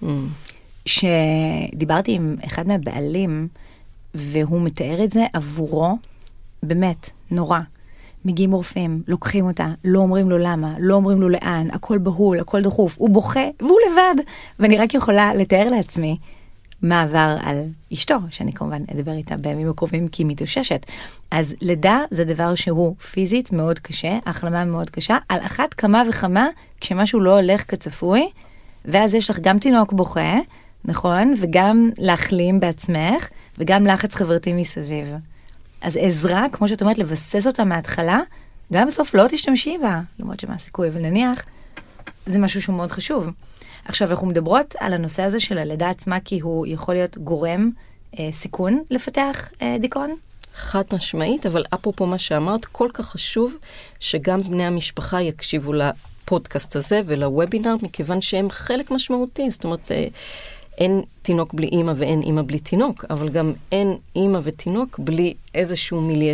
שדיברתי עם אחד מהבעלים, והוא מתאר את זה עבורו, באמת, נורא. מגיעים רופאים, לוקחים אותה, לא אומרים לו למה, לא אומרים לו לאן, הכל בהול, הכל דחוף, הוא בוכה, והוא לבד. ואני רק יכולה לתאר לעצמי מה עבר על אשתו, שאני כמובן אדבר איתה בימים הקרובים כי היא מתאוששת. אז לידה זה דבר שהוא פיזית מאוד קשה, החלמה מאוד קשה, על אחת כמה וכמה כשמשהו לא הולך כצפוי, ואז יש לך גם תינוק בוכה, נכון? וגם להחלים בעצמך, וגם לחץ חברתי מסביב. אז עזרה, כמו שאת אומרת, לבסס אותה מההתחלה, גם בסוף לא תשתמשי בה, למרות שמה הסיכוי, אבל נניח, זה משהו שהוא מאוד חשוב. עכשיו, אנחנו מדברות על הנושא הזה של הלידה עצמה, כי הוא יכול להיות גורם סיכון לפתח דיכאון? חד משמעית, אבל אפרופו מה שאמרת, כל כך חשוב שגם בני המשפחה יקשיבו לפודקאסט הזה ולוובינר, מכיוון שהם חלק משמעותי. זאת אומרת, אין תינוק בלי אמא ואין אמא בלי תינוק, אבל גם אין אמא ותינוק בלי איזשהו מיליה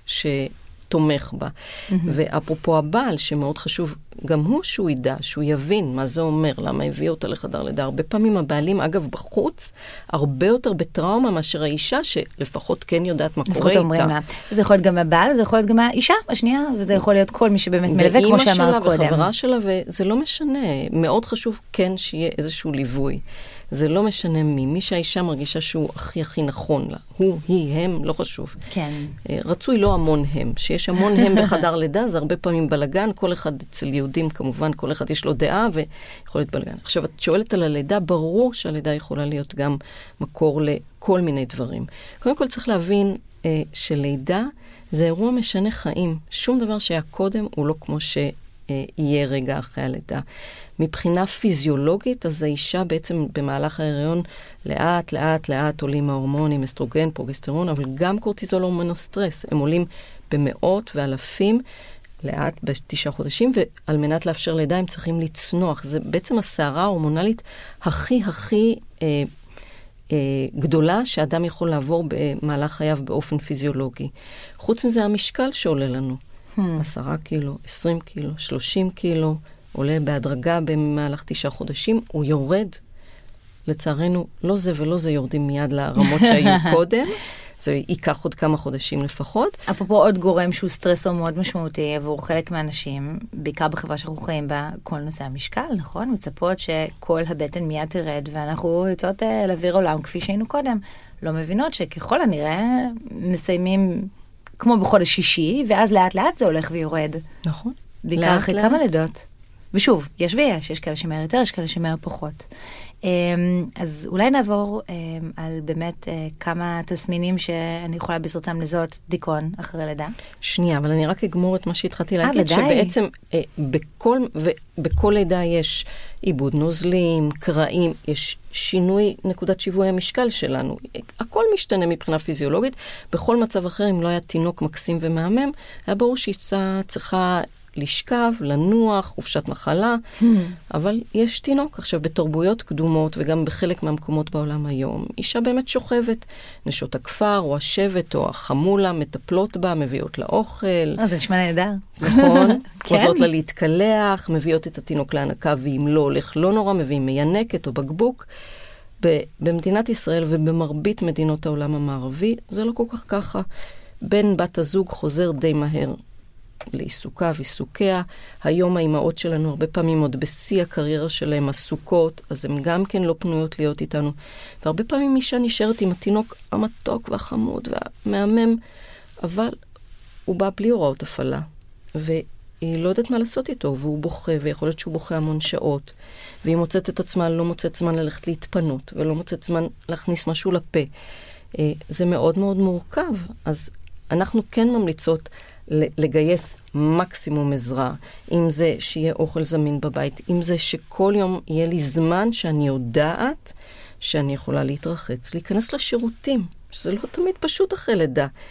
שתומך בה. ואפרופו הבעל, שמאוד חשוב גם הוא שהוא ידע, שהוא יבין מה זה אומר, למה הביא אותה לחדר לידה. הרבה פעמים הבעלים, אגב, בחוץ, הרבה יותר בטראומה מאשר האישה, שלפחות כן יודעת מה קורה איתה. זה יכול להיות גם הבעל, זה יכול להיות גם האישה השנייה, וזה יכול להיות כל מי שבאמת מלווה, כמו שאמרת קודם. וחברה שלה, וזה לא משנה. מאוד חשוב כן שיהיה איזשהו ליווי. זה לא משנה מי שהאישה מרגישה שהוא הכי נכון לה. הוא, היא, הם, לא חשוב. כן. רצוי לא המון הם. שיש המון הם בחדר לידה, זה הרבה פעמים בלגן, כל אחד אצל יהודים כמובן, כל אחד יש לו דעה ויכול להיות בלגן. עכשיו, את שואלת על הלידה, ברור שהלידה יכולה להיות גם מקור לכל מיני דברים. קודם כל צריך להבין שלידה זה אירוע משנה חיים. שום דבר שהיה קודם הוא לא כמו שיהיה רגע אחרי הלידה. מבחינה פיזיולוגית, אז האישה בעצם במהלך ההיריון לאט עולים ההורמונים, אסטרוגן, פרוגסטרון, אבל גם קורטיזול, הורמון הסטרס. הם עולים במאות ואלפים לאט ב9 חודשים, ועל מנת לאפשר לידה הם צריכים לצנוח. זה בעצם הסערה ההורמונלית הכי גדולה שאדם יכול לעבור במהלך חייו באופן פיזיולוגי. חוץ מזה המשקל שעולה לנו. 10 קילו, 20 קילו, 30 קילו, עולה בהדרגה במהלך 9 חודשים, הוא יורד. לצערנו, לא זה ולא זה יורדים מיד לרמות שהיו קודם. זה ייקח עוד כמה חודשים לפחות. אפרופו עוד גורם שהוא סטרסור מאוד משמעותי עבור חלק מהאנשים, בעיקר בחברה שאנחנו חיים בה, כל נושא המשקל, נכון? מצפות שכל הבטן מיד תרד, ואנחנו יוצאות לאוויר עולם כפי שהיינו קודם. לא מבינות שככל הנראה מסיימים כמו בחודש שישי, ואז לאט לאט זה הולך ויורד. נכון. בעיקר אחרי כמה לידות. ושוב, יש ויש, יש כאלה שמהר יותר, יש כאלה שמהר פחות. אז אולי נעבור על באמת כמה תסמינים שאני יכולה בסרטם לזהות דיכאון אחרי לידה. שנייה, אבל אני רק אגמור את מה שהתחלתי להגיד, שבעצם בכל לידה יש עיבוד נוזלים, קרעים, יש שינוי נקודת שיווי המשקל שלנו. הכל משתנה מבחינה פיזיולוגית. בכל מצב אחר, אם לא היה תינוק מקסים ומהמם, היה ברור שאישה צריכה לשכב, לנוח, חופשת מחלה, אבל יש תינוק. עכשיו, בתרבויות קדומות, וגם בחלק מהמקומות בעולם היום, אישה באמת שוכבת. נשות הכפר, או השבט, או החמולה, מטפלות בה, מביאות לה אוכל. זה נשמע נהדר. נכון. עוזרות לה להתקלח, מביאות את התינוק להנקה, ואם לא הולך לא נורא, מביאים מיינקת או בקבוק. במדינת ישראל ובמרבית מדינות העולם המערבי, זה לא כל כך ככה. בן בת הזוג חוזר די מהר לעיסוקה ועיסוקיה. היום האימהות שלנו הרבה פעמים עוד בשיא הקריירה שלהם עסוקות, אז הן גם כן לא פנויות להיות איתנו. והרבה פעמים אישה נשארת עם התינוק המתוק והחמוד והמהמם, אבל הוא בא בלי הוראות הפעלה, והיא לא יודעת מה לעשות איתו, והוא בוכה, ויכול להיות שהוא בוכה המון שעות, והיא מוצאת את עצמה, לא מוצאת זמן ללכת להתפנות, ולא מוצאת זמן להכניס משהו לפה. זה מאוד מאוד מורכב, אז אנחנו כן ממליצות לגייס מקסימום עזרה, אם זה שיהיה אוכל זמין בבית, אם זה שכל יום יהיה לי זמן שאני יודעת שאני יכולה להתרחץ, להיכנס לשירותים, שזה לא תמיד פשוט אחרי לידה.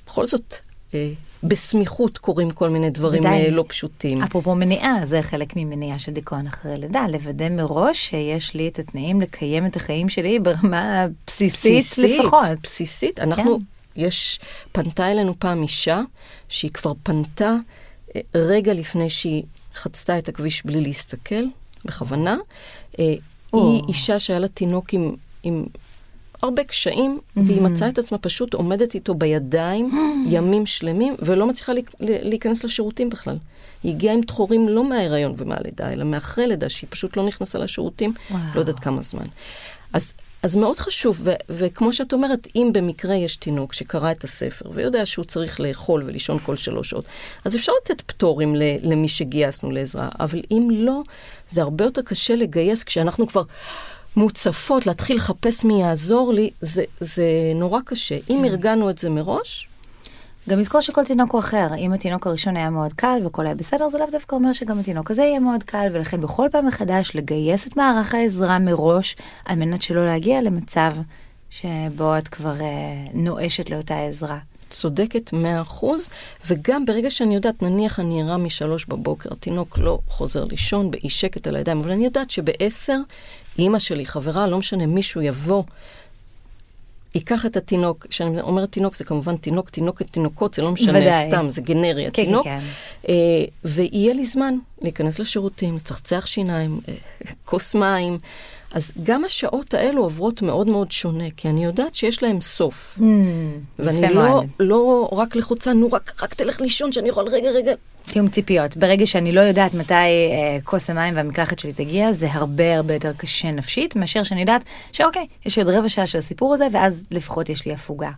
בכל זאת, בסמיכות קורים כל מיני דברים לא פשוטים. אפרופו מניעה, זה חלק ממניעה של דיכאון אחרי לידה, לוודא מראש שיש לי את התנאים לקיים את החיים שלי ברמה בסיסית לפחות. בסיסית. אנחנו, פנתה אלינו פעם אישה, שהיא כבר פנתה רגע לפני שהיא חצתה את הכביש בלי להסתכל, בכוונה. היא אישה שהיה לה תינוק עם הרבה קשיים, והיא מצאה את עצמה פשוט עומדת איתו בידיים ימים שלמים, ולא מצליחה להיכנס לשירותים בכלל. היא הגיעה עם תחורים לא מההיריון ומהלידה, אלא מאחרי לידה, שהיא פשוט לא נכנסה לשירותים, לא יודעת כמה זמן. אז מאוד חשוב, וכמו שאת אומרת, אם במקרה יש תינוק שקרא את הספר, ויודע שהוא צריך לאכול ולישון כל 3 שעות, אז אפשר לתת פטורים למי שגייסנו לעזרה, אבל אם לא, זה הרבה יותר קשה לגייס, כשאנחנו כבר מוצפות, להתחיל לחפש מי יעזור לי, זה נורא קשה. אם ארגנו את זה מראש, גם לזכור שכל תינוק הוא אחר. אם התינוק הראשון היה מאוד קל וכל היה בסדר, זה לאו דווקא אומר שגם התינוק הזה יהיה מאוד קל, ולכן בכל פעם מחדש לגייס את מערך העזרה מראש, על מנת שלא להגיע למצב שבו את כבר נואשת לאותה עזרה. צודקת 100%, וגם ברגע שאני יודעת, נניח אני ערה מ3 בבוקר, התינוק לא חוזר לישון, באי שקט על הידיים, אבל אני יודעת שב10, אמא שלי, חברה, לא משנה, מישהו יבוא, ייקח את התינוק, כשאני אומרת תינוק, זה כמובן תינוק, תינוקת, תינוקות, זה לא משנה סתם, זה גנרי, התינוק, ויהיה לי זמן להיכנס לשירותים, לצחצח שיניים, כוס מים, אז גם השעות האלו עוברות מאוד מאוד שונה, כי אני יודעת שיש להם סוף. ואני לא רק לחוצה, רק תלך לישון, שאני יכול רגע. תיאום ציפיות. ברגע שאני לא יודעת מתי כוס המים והמקלחת שלי תגיע, זה הרבה יותר קשה נפשית, מאשר שאני יודעת שאוקיי, יש עוד רבע שעה של הסיפור הזה, ואז לפחות יש לי הפוגה.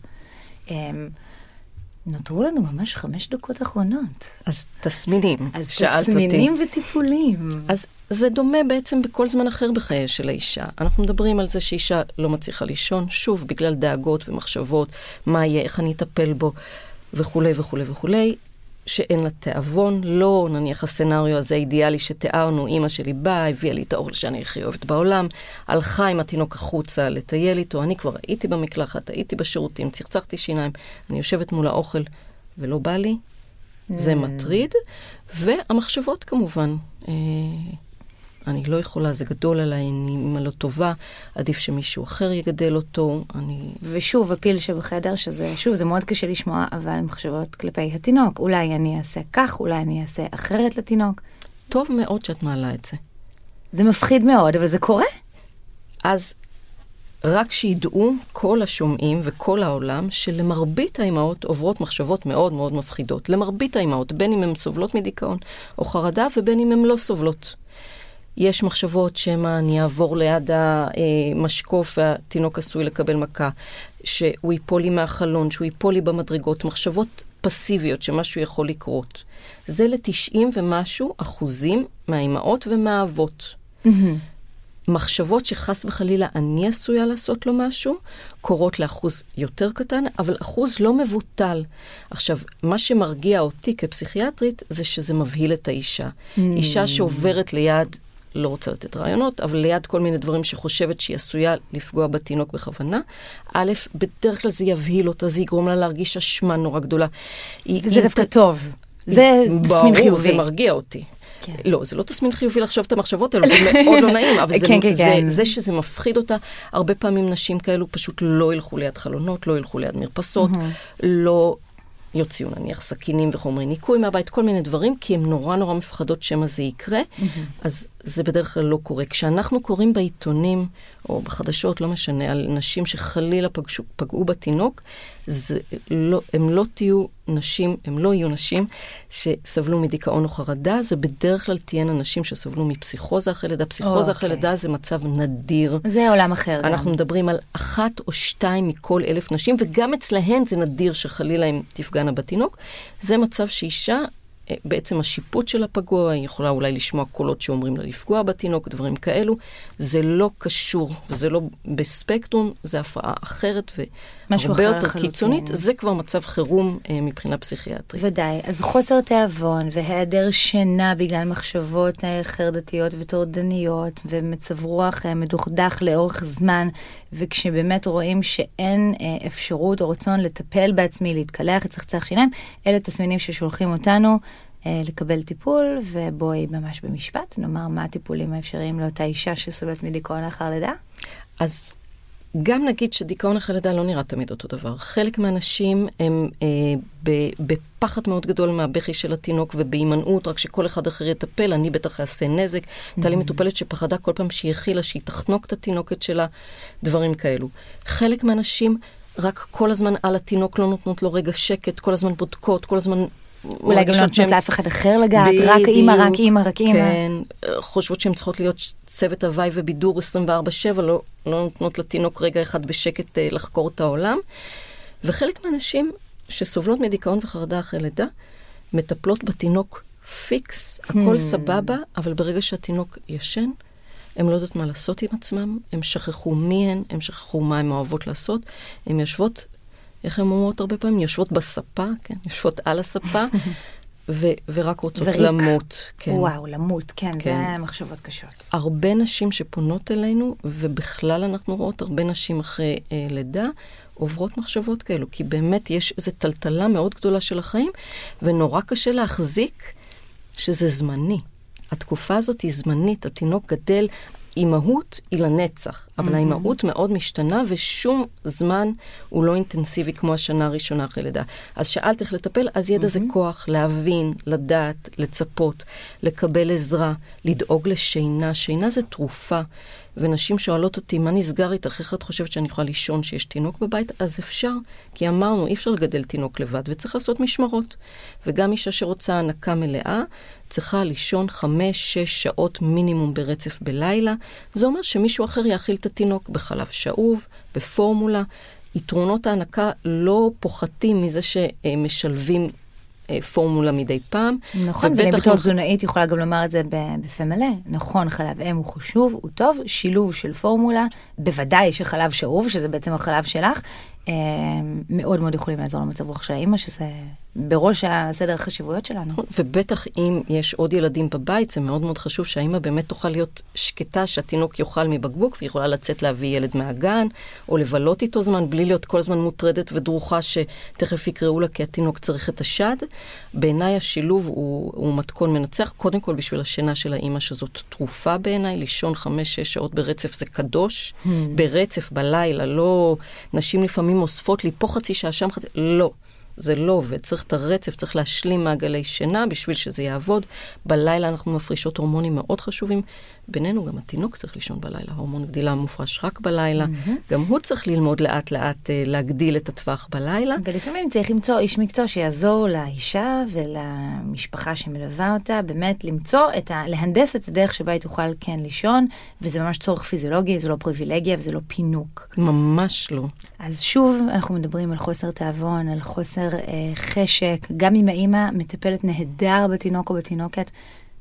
נותרו לנו ממש 5 דקות אחרונות. אז תסמינים, שאלת אותי. אז תסמינים וטיפולים. אז זה דומה בעצם בכל זמן אחר בחיי של האישה. אנחנו מדברים על זה שאישה לא מצליחה לישון, שוב, בגלל דאגות ומחשבות, מה יהיה, איך אני אטפל בו, וכו' וכו' וכו'. שאין לה תיאבון, לא נניח הסצנריו הזה אידיאלי שתיארנו, אמא שלי באה, הביאה לי את האוכל שאני הכי אוהבת בעולם, הלכה עם התינוק החוצה לטייל איתו, אני כבר הייתי במקלחת, הייתי בשירותים, צחצחתי שיניים, אני יושבת מול האוכל ולא בא לי, זה מטריד, והמחשבות כמובן, אני לא יכולה, זה גדול עליי, אני אמא לא טובה, עדיף שמישהו אחר יגדל אותו, ושוב, הפיל שבחדר, שזה, שוב, זה מאוד קשה לשמוע, אבל מחשבות כלפי התינוק, אולי אני אעשה כך, אולי אני אעשה אחרת לתינוק. טוב מאוד שאת מעלה את זה. זה מפחיד מאוד, אבל זה קורה. אז רק שידעו כל השומעים וכל העולם, שלמרבית האימהות עוברות מחשבות מאוד מאוד מפחידות. למרבית האימהות, בין אם הן סובלות מדיכאון או חרדה, ובין אם הן לא סובלות. יש מחשבות שמה אני אעבור ליד המשקוף והתינוק עשוי לקבל מכה, שהוא ייפול לי מהחלון, שהוא ייפול לי במדרגות, מחשבות פסיביות שמשהו יכול לקרות. זה ל90% ומשהו מהאימהות ומהאבות. מחשבות שחס וחלילה אני עשויה לעשות לו משהו, קורות לאחוז יותר קטן, אבל אחוז לא מבוטל. עכשיו, מה שמרגיע אותי כפסיכיאטרית, זה שזה מבהיל את האישה. אישה שעוברת ליד, לא רוצה לתת רעיונות, אבל ליד כל מיני דברים שחושבת שהיא עשויה לפגוע בתינוק בכוונה, א', בדרך כלל זה יבהיל אותה, זה יגרום לה להרגיש אשמה נורא גדולה. זה דווקא טוב. זה תסמין חיובי. ברור, זה מרגיע אותי. כן. לא, זה לא תסמין חיובי לחשוב את המחשבות האלו, זה מאוד לא נעים, אבל זה שזה מפחיד אותה, הרבה פעמים נשים כאלו פשוט לא ילכו ליד חלונות, לא ילכו ליד מרפסות, לא יוציאו נניח סכינים וחומרי ניקוי מהבית, כל מיני דברים, כי הן נורא נורא מפחדות שמה זה יקרה, אז זה בדרך כלל לא קורה. כשאנחנו קוראים בעיתונים, או בחדשות, לא משנה, על נשים שחלילה פגעו בתינוק, הם לא יהיו נשים שסבלו מדיכאון או חרדה, זה בדרך כלל תהיינה נשים שסבלו מפסיכוזה אחרי לידה. פסיכוזה אחרי לידה זה מצב נדיר. זה עולם אחר. אנחנו מדברים על 1 או 2 מכל 1,000 נשים, וגם אצלהן זה נדיר שחלילה הם תפגענה בתינוק. זה מצב שאישה בעצם השיפוט של הפגוע, היא יכולה אולי לשמוע קולות שאומרים לה לפגוע בתינוק, דברים כאלו. זה לא קשור, וזה לא בספקטרום, זה הפרעה אחרת והרבה יותר קיצונית. זה כבר מצב חירום מבחינה פסיכיאטרית. ודאי. אז חוסר תיאבון והיעדר שינה בגלל מחשבות חרדתיות וטורדניות, ומצב רוח מדוכדך לאורך זמן, וכשבאמת רואים שאין אפשרות או רצון לטפל בעצמי, להתקלח, לצחצח שיניים, אלה תסמינים ששולחים אותנו לקבל טיפול, ובואי ממש במשפט, נאמר מה הטיפולים האפשריים לאותה אישה שסובלת מדיכאון לאחר לידה? אז גם נגיד שדיכאון אחרי לידה לא נראה תמיד אותו דבר. חלק מהאנשים הם בפחד מאוד גדול מהבכי של התינוק ובהימנעות, רק שכל אחד אחר יטפל, אני בטח אעשה נזק. הייתה לי מטופלת שפחדה כל פעם שהיא הכילה, שהיא תחנוק את התינוקת שלה, דברים כאלו. חלק מהאנשים רק כל הזמן על התינוק, לא נותנות לו רגע שקט, כל הזמן בודקות, כל הזמן... אולי גם לא נותנות לאף אחד אחר לגעת, רק אימא, רק אימא, רק אימא. כן, חושבות שהן צריכות להיות צוות הוואי ובידור 24/7, לא נותנות לתינוק רגע אחד בשקט לחקור את העולם. וחלק מהאנשים שסובלות מדיכאון וחרדה אחרי לידה, מטפלות בתינוק פיקס, הכל סבבה, אבל ברגע שהתינוק ישן, הם לא יודעות מה לעשות עם עצמם, הם שכחו מי הן, הם שכחו מה הן אוהבות לעשות, הם יושבות, איך הן אומרות הרבה פעמים? יושבות בספה, כן, יושבות על הספה, ורק רוצות למות. כן. וואו, למות, כן, כן, זה מחשבות קשות. הרבה נשים שפונות אלינו, ובכלל אנחנו רואות הרבה נשים אחרי לידה, עוברות מחשבות כאלו, כי באמת יש איזו טלטלה מאוד גדולה של החיים, ונורא קשה להחזיק שזה זמני. התקופה הזאת היא זמנית, התינוק גדל, אימהות היא לנצח, אבל האימהות מאוד משתנה, ושום זמן הוא לא אינטנסיבי כמו השנה הראשונה אחרי לידה. אז שאלת איך לטפל, אז ידע זה כוח, להבין, לדעת, לצפות, לקבל עזרה, לדאוג לשינה. שינה זה תרופה, ונשים שואלות אותי, מה נסגר איתך? איך את חושבת שאני יכולה לישון שיש תינוק בבית? אז אפשר, כי אמרנו, אי אפשר לגדל תינוק לבד, וצריך לעשות משמרות. וגם אישה שרוצה הנקה מלאה, צריכה לישון 5-6 שעות מינימום ברצף בלילה. זה אומר שמישהו אחר יאכיל את התינוק בחלב שאוב, בפורמולה. יתרונות ההנקה לא פוחתים מזה שמשלבים פורמולה מדי פעם. נכון, ואני בתור תזונאית יכולה גם לומר את זה בפה מלא. נכון, חלב אם הוא חשוב, הוא טוב, שילוב של פורמולה, בוודאי שחלב שאוב, שזה בעצם החלב שלך, מאוד מאוד יכולים לעזור למצב רוח של האמא, שזה בראש הסדר החשיבויות שלנו. ובטח אם יש עוד ילדים בבית, זה מאוד מאוד חשוב שהאמא באמת תוכל להיות שקטה, שהתינוק יאכל מבקבוק, והיא יכולה לצאת להביא ילד מהגן, או לבלות איתו זמן, בלי להיות כל הזמן מוטרדת ודרוכה, שתכף יקראו לה, כי התינוק צריך את השד. בעיניי השילוב הוא מתכון מנצח, קודם כל בשביל השינה של האמא, שזאת תרופה בעיניי, לישון 5-6 שעות ברצף זה קדוש, ברצף, בלילה, לא, נשים לפעמים אוספות לי פה חצי שעה, שם חצי, לא. זה לא עובד, צריך את הרצף, צריך להשלים מעגלי שינה בשביל שזה יעבוד. בלילה אנחנו מפרישות הורמונים מאוד חשובים. בינינו גם התינוק צריך לישון בלילה. הורמון גדילה מופרש רק בלילה. גם הוא צריך ללמוד לאט לאט להגדיל את הטווח בלילה. ולפעמים צריך למצוא איש מקצוע שיעזור לאישה ולמשפחה שמלווה אותה, באמת למצוא להנדס את הדרך שבה היא תוכל כן לישון, וזה ממש צורך פיזיולוגי, זה לא פריבילגיה וזה לא פינוק. ממש לא. אז שוב, אנחנו מדברים על חוסר תאבון, על חוסר חשק, גם אם האמא מטפלת נהדר בתינוק או בתינוקת,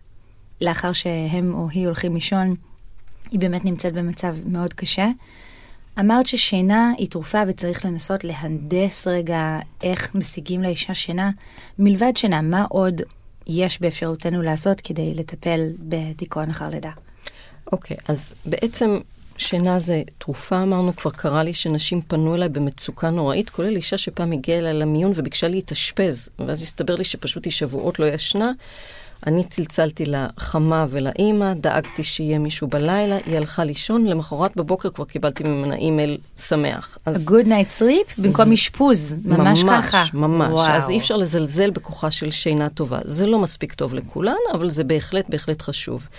לאחר שהם או היא הולכים לישון, היא באמת נמצאת במצב מאוד קשה. אמרת ששינה היא תרופה וצריך לנסות להנדס רגע איך משיגים לאישה שינה. מלבד שינה, מה עוד יש באפשרותנו לעשות כדי לטפל בדיכאון אחר לידה? אוקיי, אז בעצם שינה זה תרופה, אמרנו, כבר קרה לי שנשים פנו אליי במצוקה נוראית, כולל אישה שפעם הגיעה אליי למיון וביקשה להתאשפז, ואז הסתבר לי שפשוט היא שבועות לא ישנה. אני צלצלתי לחמה ולאמא, דאגתי שיהיה מישהו בלילה, היא הלכה לישון, למחרת בבוקר כבר קיבלתי ממנה אימייל שמח. A good night sleep במקום אשפוז, ממש ככה. ממש, אז אי אפשר לזלזל בכוחה של שינה טובה. זה לא מספיק טוב לכולן, אבל זה בהחלט חשוב.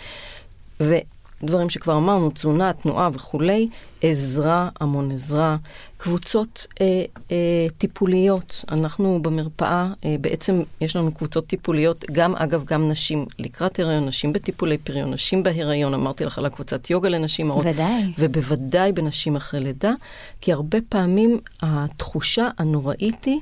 ודברים שכבר אמרנו, תזונה, תנועה וכולי, עזרה, המון עזרה, קבוצות טיפוליות. אנחנו במרפאה, בעצם יש לנו קבוצות טיפוליות, גם אגב, גם נשים לקראת הריון, נשים בטיפולי פריון, נשים בהיריון, אמרתי לך על הקבוצת יוגה לנשים מרות, ובוודאי בנשים אחרי לידה, כי הרבה פעמים התחושה הנוראית היא,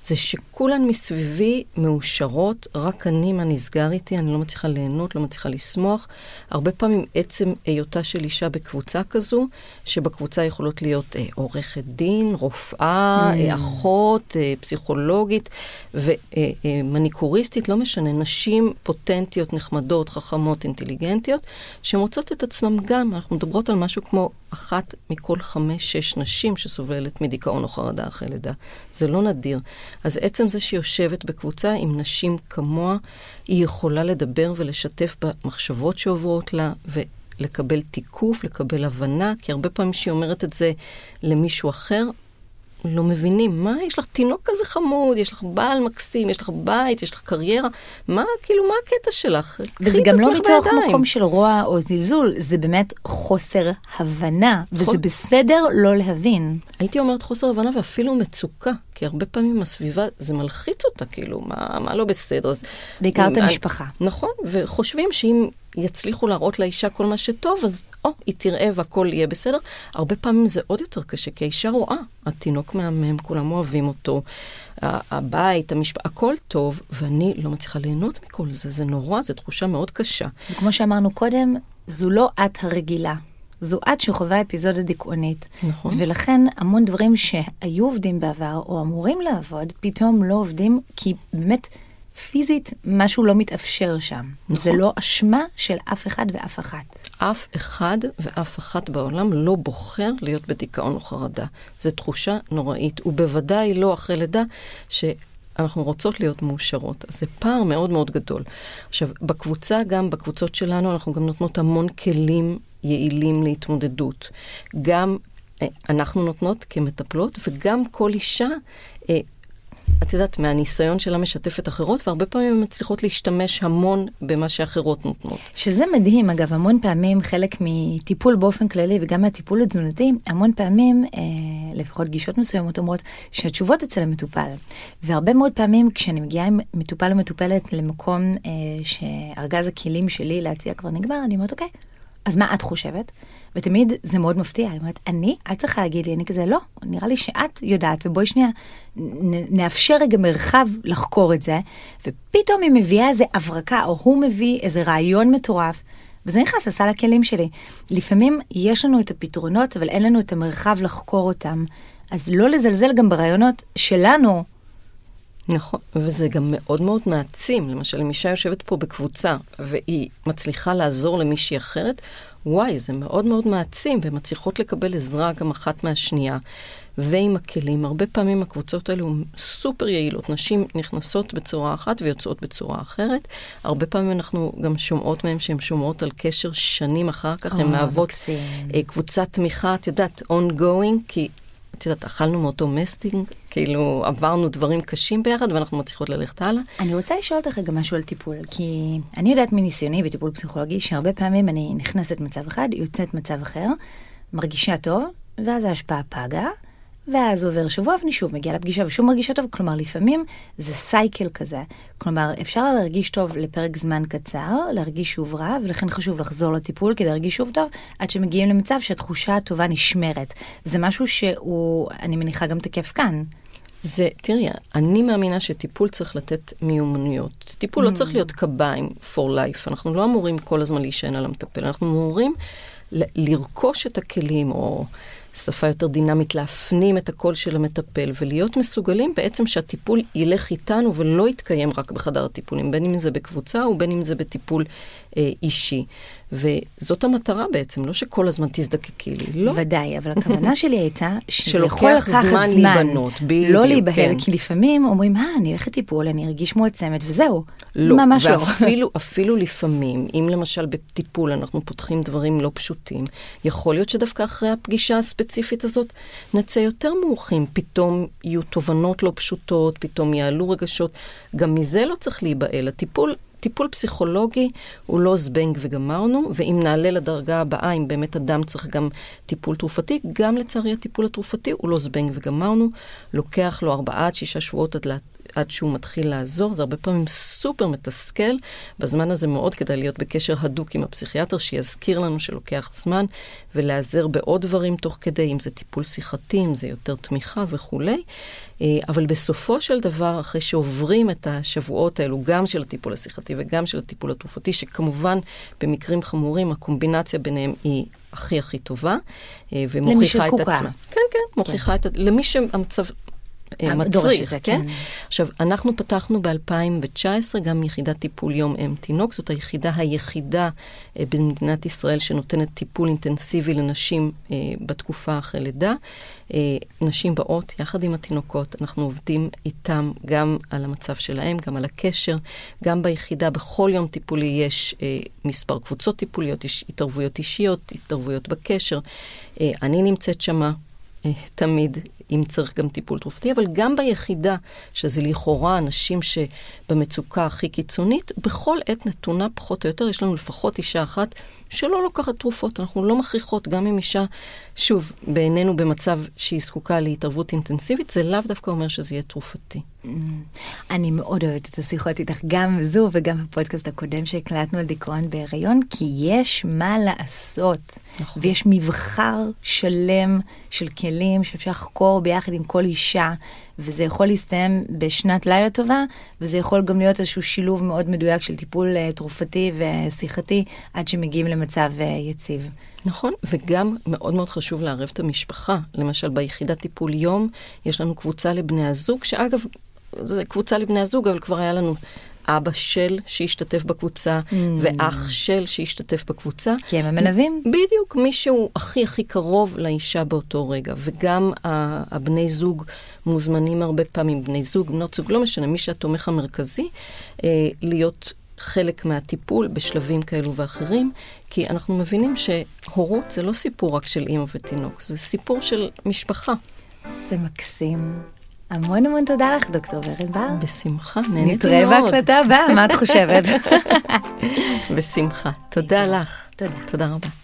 זה שכולן מסביבי מאושרות, רק אני מה נסגר איתי, אני לא מצליחה ליהנות, לא מצליחה לשמוח. הרבה פעמים עצם היותה של אישה בקבוצה כזו, שבקבוצה יכולות להיות עורכת דין, רופאה, אחות, פסיכולוגית ומניקוריסטית, לא משנה, נשים פוטנטיות, נחמדות, חכמות, אינטליגנטיות, שמוצאות את עצמם גם, אנחנו מדברות על משהו כמו 1 מכל 5-6 נשים שסובלת מדיכאון או חרדה אחרי לידה. זה לא נדיר. אז עצם זה שהיא יושבת בקבוצה עם נשים כמוה, היא יכולה לדבר ולשתף במחשבות שעוברות לה, ולקבל תיקוף, לקבל הבנה, כי הרבה פעמים שהיא אומרת את זה למישהו אחר, לא מבינים, מה, יש לך תינוק כזה חמוד, יש לך בעל מקסים, יש לך בית, יש לך קריירה, מה, כאילו, מה הקטע שלך? וזה גם לא מתוך מקום של רוע או זלזול, זה באמת חוסר הבנה, וזה בסדר לא להבין. הייתי אומרת חוסר הבנה ואפילו מצוקה, כי הרבה פעמים הסביבה, זה מלחיץ אותה, כאילו, מה לא בסדר? בעיקר את המשפחה. נכון, וחושבים שאם יצליחו להראות לאישה כל מה שטוב, אז היא תראה והכל יהיה בסדר. הרבה פעמים זה עוד יותר קשה, כי האישה רואה, התינוק מהמם, כולם אוהבים אותו, הבית, הכל טוב, ואני לא מצליחה ליהנות מכל זה, זה נורא, זו תחושה מאוד קשה. וכמו שאמרנו קודם, זו לא את הרגילה. זו את שחווה אפיזודה דיכאונית. נכון. ולכן המון דברים שהיו עובדים בעבר, או אמורים לעבוד, פתאום לא עובדים, כי באמת פיזית משהו לא מתאפשר שם. נכון. זה לא אשמה של אף אחד ואף אחת. אף אחד ואף אחת בעולם לא בוחר להיות בדיכאון או חרדה. זו תחושה נוראית, ובוודאי לא אחרי לידה שאנחנו רוצות להיות מאושרות. אז זה פער מאוד מאוד גדול. עכשיו, בקבוצה, גם בקבוצות שלנו, אנחנו גם נותנות המון כלים יעילים להתמודדות. גם אנחנו נותנות כמטפלות, וגם כל אישה את יודעת, מהניסיון שלה משתפת אחרות, והרבה פעמים הן מצליחות להשתמש המון במה שאחרות נותנות. שזה מדהים, אגב, המון פעמים חלק מטיפול באופן כללי, וגם מהטיפול התזונתי, המון פעמים, לפחות גישות מסוימות אומרות, שהתשובות אצל המטופל. והרבה מאוד פעמים, כשאני מגיעה עם מטופל או מטופלת למקום שארגז הכלים שלי להציע כבר נגמר, אני אומרת, אוקיי, אז מה את חושבת? ותמיד זה מאוד מפתיע. היא אומרת, את צריכה להגיד לי, אני כזה, לא, נראה לי שאת יודעת, ובואי שנייה, נאפשר רגע מרחב לחקור את זה, ופתאום היא מביאה איזה הברקה, או הוא מביא איזה רעיון מטורף, וזה נכנס לסל הכלים שלי. לפעמים יש לנו את הפתרונות, אבל אין לנו את המרחב לחקור אותם. אז לא לזלזל גם ברעיונות שלנו. נכון, וזה גם מאוד מאוד מעצים. למשל, אם אישה יושבת פה בקבוצה, והיא מצליחה לעזור למישהי אחרת, וואי, זה מאוד מאוד מעצים, והן מצליחות לקבל עזרה גם אחת מהשנייה. ועם הכלים, הרבה פעמים הקבוצות האלו סופר יעילות. נשים נכנסות בצורה אחת ויוצאות בצורה אחרת. הרבה פעמים אנחנו גם שומעות מהן שהן שומעות על קשר שנים אחר כך. הן מהוות קבוצת תמיכה, את יודעת, ongoing, כי את יודעת, אכלנו מאותו מסטינג, כאילו עברנו דברים קשים ביחד, ואנחנו מצליחות ללכת הלאה. אני רוצה לשאול אותך גם משהו על טיפול, כי אני יודעת מניסיוני בטיפול פסיכולוגי, שהרבה פעמים אני נכנסת מצב אחד, יוצאת מצב אחר, מרגישה טוב, ואז ההשפעה פגה, ואז עובר שבוע ואני שוב מגיעה לפגישה ושוב מרגישה טוב, כלומר לפעמים זה סייקל כזה, כלומר אפשר להרגיש טוב לפרק זמן קצר, להרגיש שוב רע, ולכן חשוב לחזור לטיפול כדי להרגיש שוב טוב, עד שמגיעים למצב שהתחושה הטובה נשמרת. זה משהו שהוא, אני מניחה גם תקף כאן. זה, תראי, אני מאמינה שטיפול צריך לתת מיומנויות. טיפול לא צריך להיות קביים for life, אנחנו לא אמורים כל הזמן להישען על המטפל, אנחנו אמורים לרכוש את הכלים או שפה יותר דינמית, להפנים את הקול של המטפל, ולהיות מסוגלים בעצם שהטיפול ילך איתנו ולא יתקיים רק בחדר הטיפולים, בין אם זה בקבוצה או בין אם זה בטיפול אישי. וזאת המטרה בעצם, לא שכל הזמן תזדקקי לי, לא. ודאי, אבל הכוונה שלי הייתה שזה יכול לקחת זמן להיבנות, לא להיבהל, כן. כי לפעמים אומרים, אני אלך לטיפול, אני ארגיש מועצמת, וזהו. לא, ממש ואפילו, אפילו לפעמים, אם למשל בטיפול אנחנו פותחים דברים לא פשוטים, יכול להיות שדווקא אחרי הפגישה הספציפית הזאת נצא יותר מורחים, פתאום יהיו תובנות לא פשוטות, פתאום יעלו רגשות, גם מזה לא צריך להיבהל. טיפול פסיכולוגי הוא לא זבנג וגמרנו, ואם נעלה לדרגה הבאה, אם באמת אדם צריך גם טיפול תרופתי, גם לצערי הטיפול התרופתי הוא לא זבנג וגמרנו, לוקח לו 4-6 שבועות עד עד שהוא מתחיל לעזור, זה הרבה פעמים סופר מתסכל, בזמן הזה מאוד כדאי להיות בקשר הדוק עם הפסיכיאטר, שיזכיר לנו שלוקח זמן, ולעזר בעוד דברים תוך כדי, אם זה טיפול שיחתי, אם זה יותר תמיכה וכו'. אבל בסופו של דבר, אחרי שעוברים את השבועות האלו, גם של הטיפול השיחתי וגם של הטיפול התרופתי, שכמובן במקרים חמורים, הקומבינציה ביניהם היא הכי הכי טובה, ומוכיחה את עצמה. כן, כן, מוכיחה את עצמה. למי שהמצב מצריך, כן? עכשיו, אנחנו פתחנו ב-2019 גם יחידת טיפול יום אם תינוק, זאת היחידה היחידה במדינת ישראל שנותנת טיפול אינטנסיבי לנשים בתקופה אחרי לידה. נשים באות יחד עם התינוקות, אנחנו עובדים איתם גם על המצב שלהם, גם על הקשר, גם ביחידה, בכל יום טיפולי יש מספר קבוצות טיפוליות, יש התערבויות אישיות, התערבויות בקשר. אני נמצאת שמה תמיד, אם צריך גם טיפול תרופתי, אבל גם ביחידה, שזה לכאורה אנשים שבמצוקה הכי קיצונית, בכל עת נתונה פחות או יותר, יש לנו לפחות אישה אחת שלא לוקחת תרופות, אנחנו לא מכריחות, גם עם אישה, שוב, בעינינו במצב שהיא זקוקה להתערבות אינטנסיבית, זה לאו דווקא אומר שזה יהיה תרופתי. אני מאוד אוהבת את השיחות איתך, גם זו וגם בפודקאסט הקודם שהקלטנו על דיכאון בהיריון, כי יש מה לעשות, ויש מבחר שלם של כלים שאפשר לחקור ביחד עם כל אישה, וזה יכול להסתיים בשנת לילה טובה, וזה יכול גם להיות איזשהו שילוב מאוד מדויק של טיפול תרופתי ושיחתי, עד שמגיעים למצב יציב. נכון, וגם מאוד מאוד חשוב לערב את המשפחה. למשל, ביחידת טיפול יום, יש לנו קבוצה לבני הזוג, שאגב, זה קבוצה לבני הזוג, אבל כבר היה לנו אבא של שהשתתף בקבוצה, ואח של שהשתתף בקבוצה. כי הם המלווים. בדיוק, מישהו הכי הכי קרוב לאישה באותו רגע. וגם הבני זוג מוזמנים הרבה פעמים, בני זוג, בנות זוג, לא משנה, מי שהתומך המרכזי, להיות חלק מהטיפול בשלבים כאלו ואחרים, כי אנחנו מבינים שהורות זה לא סיפור רק של אמא ותינוק, זה סיפור של משפחה. זה מקסים. המון המון תודה לך, דוקטור ורד בר. בשמחה, נהניתי נתראה מאוד. בהקלטה הבאה, מה את חושבת? בשמחה. תודה לך. תודה. תודה רבה.